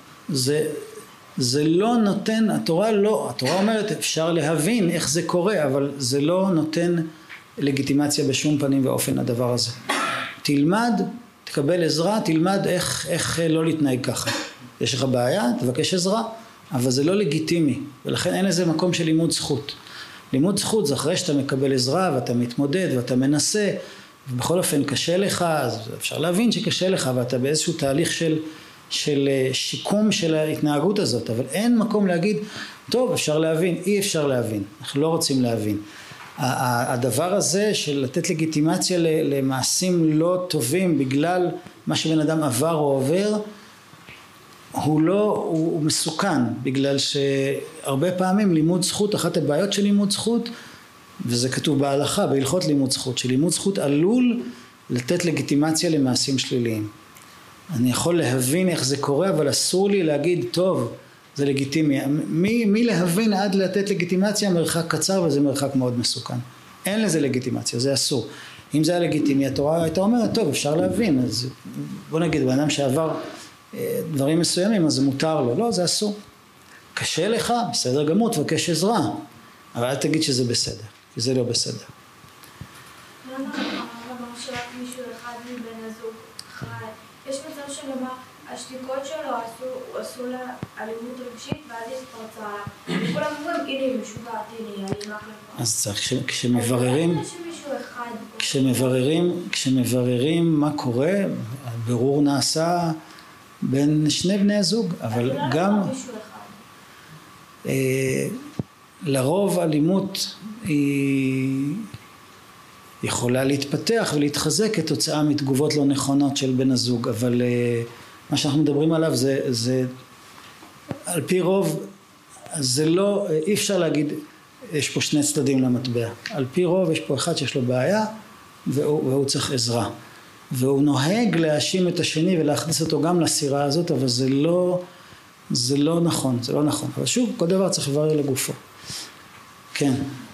זה לא נותן, התורה אומרת אפשר להבין איך זה קורה, אבל זה לא נותן לגיטימציה בשום פנים ואופן הדבר הזה. תלמד, תקבל עזרה, תלמד איך לא להתנהג ככה. יש לך בעיה, תבקש עזרה, אבל זה לא לגיטימי, ולכן אין לזה מקום של לימוד זכות. לימוד זכות זה אחרי שאתה מקבל עזרה ואתה מתמודד ואתה מנסה, ובכל אופן קשה לך, אז אפשר להבין שקשה לך, ואתה באיזשהו תהליך של שיקום של ההתנהגות הזאת, אבל אין מקום להגיד, טוב, אפשר להבין, אי אפשר להבין, אנחנו לא רוצים להבין. הדבר הזה של לתת לגיטימציה למעשים לא טובים בגלל מה שבן אדם עבר או עובר, הוא מסוכן, בגלל שהרבה פעמים לימוד זכות, אחת הבעיות של לימוד זכות, וזה כתוב בהלכה, בהלכות לימוד זכות, שלימוד זכות עלול לתת לגיטימציה למעשים שליליים. אני יכול להבין איך זה קורה, אבל אסור לי להגיד, טוב, זה לגיטימי. מי להבין עד לתת לגיטימציה, מרחק קצר, וזה מרחק מאוד מסוכן. אין לזה לגיטימציה, זה אסור. אם זה היה לגיטימי, התורה הייתה אומרת, טוב, אפשר להבין. אז בוא נגיד, באדם שעבר דברים מסוימים, אז זה מותר לו. לא, זה אסור. קשה לך, בסדר גמור, תבקש עזרה. אבל אל תגיד שזה בסדר, כי זה לא בסדר. למה שרק מישהו אחד מבן הזוג אחראי? יש מצב שלמה, השתיקות שלו עשו לה אלימות רגשית, ואז היא התפרצה לה. וכולם אומרים, הנה היא משוגעת, הנה היא אלימה כלפיה. אז צריך, כשמבררים מה קורה, הבירור נעשה בין שני בני הזוג, אבל גם לרוב אלימות היא יכולה להתפתח ולהתחזק כתוצאה מתגובות לא נכונות של בן הזוג, אבל מה שאנחנו מדברים עליו זה על פי רוב, זה לא, אי אפשר להגיד יש פה שני צדדים למטבע. על פי רוב יש פה אחד שיש לו בעיה והוא צריך עזרה, והוא נוהג להאשים את השני ולהכניס אותו גם לסירה הזאת, אבל זה לא נכון, זה לא נכון. אבל שוב, כל דבר צריך לברר לגופו. כן.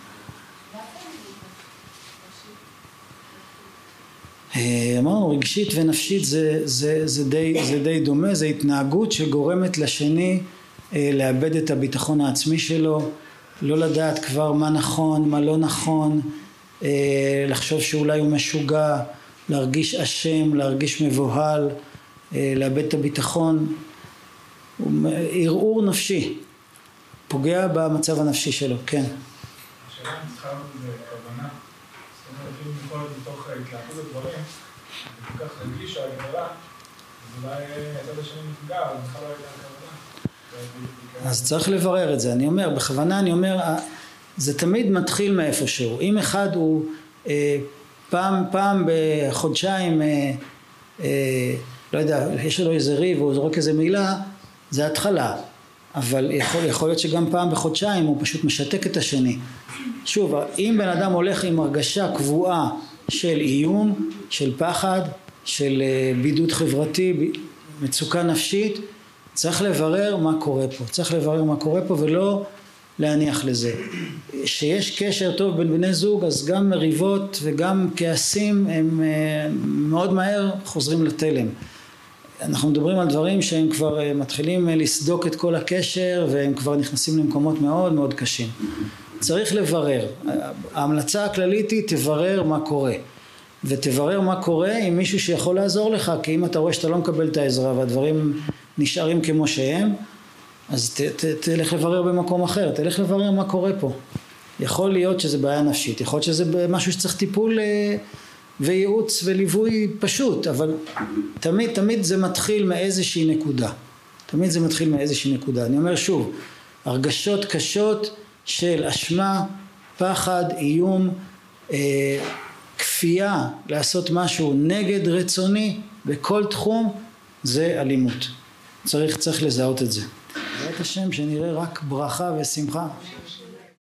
אמרנו, רגשית ונפשית זה די דומה, זה התנהגות שגורמת לשני לאבד את הביטחון העצמי שלו, לא לדעת כבר מה נכון, מה לא נכון, לחשוב שאולי הוא משוגע, להרגיש אשם, להרגיש מבוהל, לאבד את הביטחון, ערעור נפשי, פוגע במצב הנפשי שלו, כן. השאלה אם צריכה להיות בכוונה, זאת אומרת, אם נוכל מתוך התלהבות הדברים, זה כל כך רגיש או הגדולה, אז אולי הצד השני נפגע, אבל בכלל לא הייתה הכוונה. אז צריך לברר את זה. אני אומר, בכוונה אני אומר, זה תמיד מתחיל מאיפשהו. אם אחד הוא פעם בחודשיים, לא יודע, יש לו איזה ריב, הוא זורק איזה מילה, זה התחלה. אבל יכול להיות שגם פעם בחודשיים הוא פשוט משתק את השני. שוב, אם בן אדם הולך עם הרגשה קבועה של איום, של פחד, של בידוד חברתי, מצוקה נפשית, צריך לברר מה קורה פה. צריך לברר מה קורה פה ולא להניח לזה. שיש קשר טוב בין בני זוג, אז גם מריבות וגם כעסים הם מאוד מהר חוזרים לתלם. אנחנו מדברים על דברים שהם כבר מתחילים לסדוק את כל הקשר והם כבר נכנסים למקומות מאוד מאוד קשים. צריך לברר. ההמלצה הכללית היא תברר מה קורה. ותברר מה קורה עם מישהו שיכול לעזור לך, כי אם אתה רואה שאתה לא מקבל את העזרה והדברים נשארים כמו שהם, אז תלך לברר במקום אחר, תלך לברר מה קורה פה. יכול להיות שזה בעיה נפשית, יכול להיות שזה משהו שצריך טיפול וייעוץ וליווי פשוט, אבל תמיד זה מתחיל מאיזושהי נקודה. תמיד זה מתחיל מאיזושהי נקודה. אני אומר שוב, הרגשות קשות של אשמה, פחד, איום, כפייה לעשות משהו נגד רצוני בכל תחום, זה אלימות. צריך לזהות את זה. בעזרת השם שנראה רק ברכה ושמחה.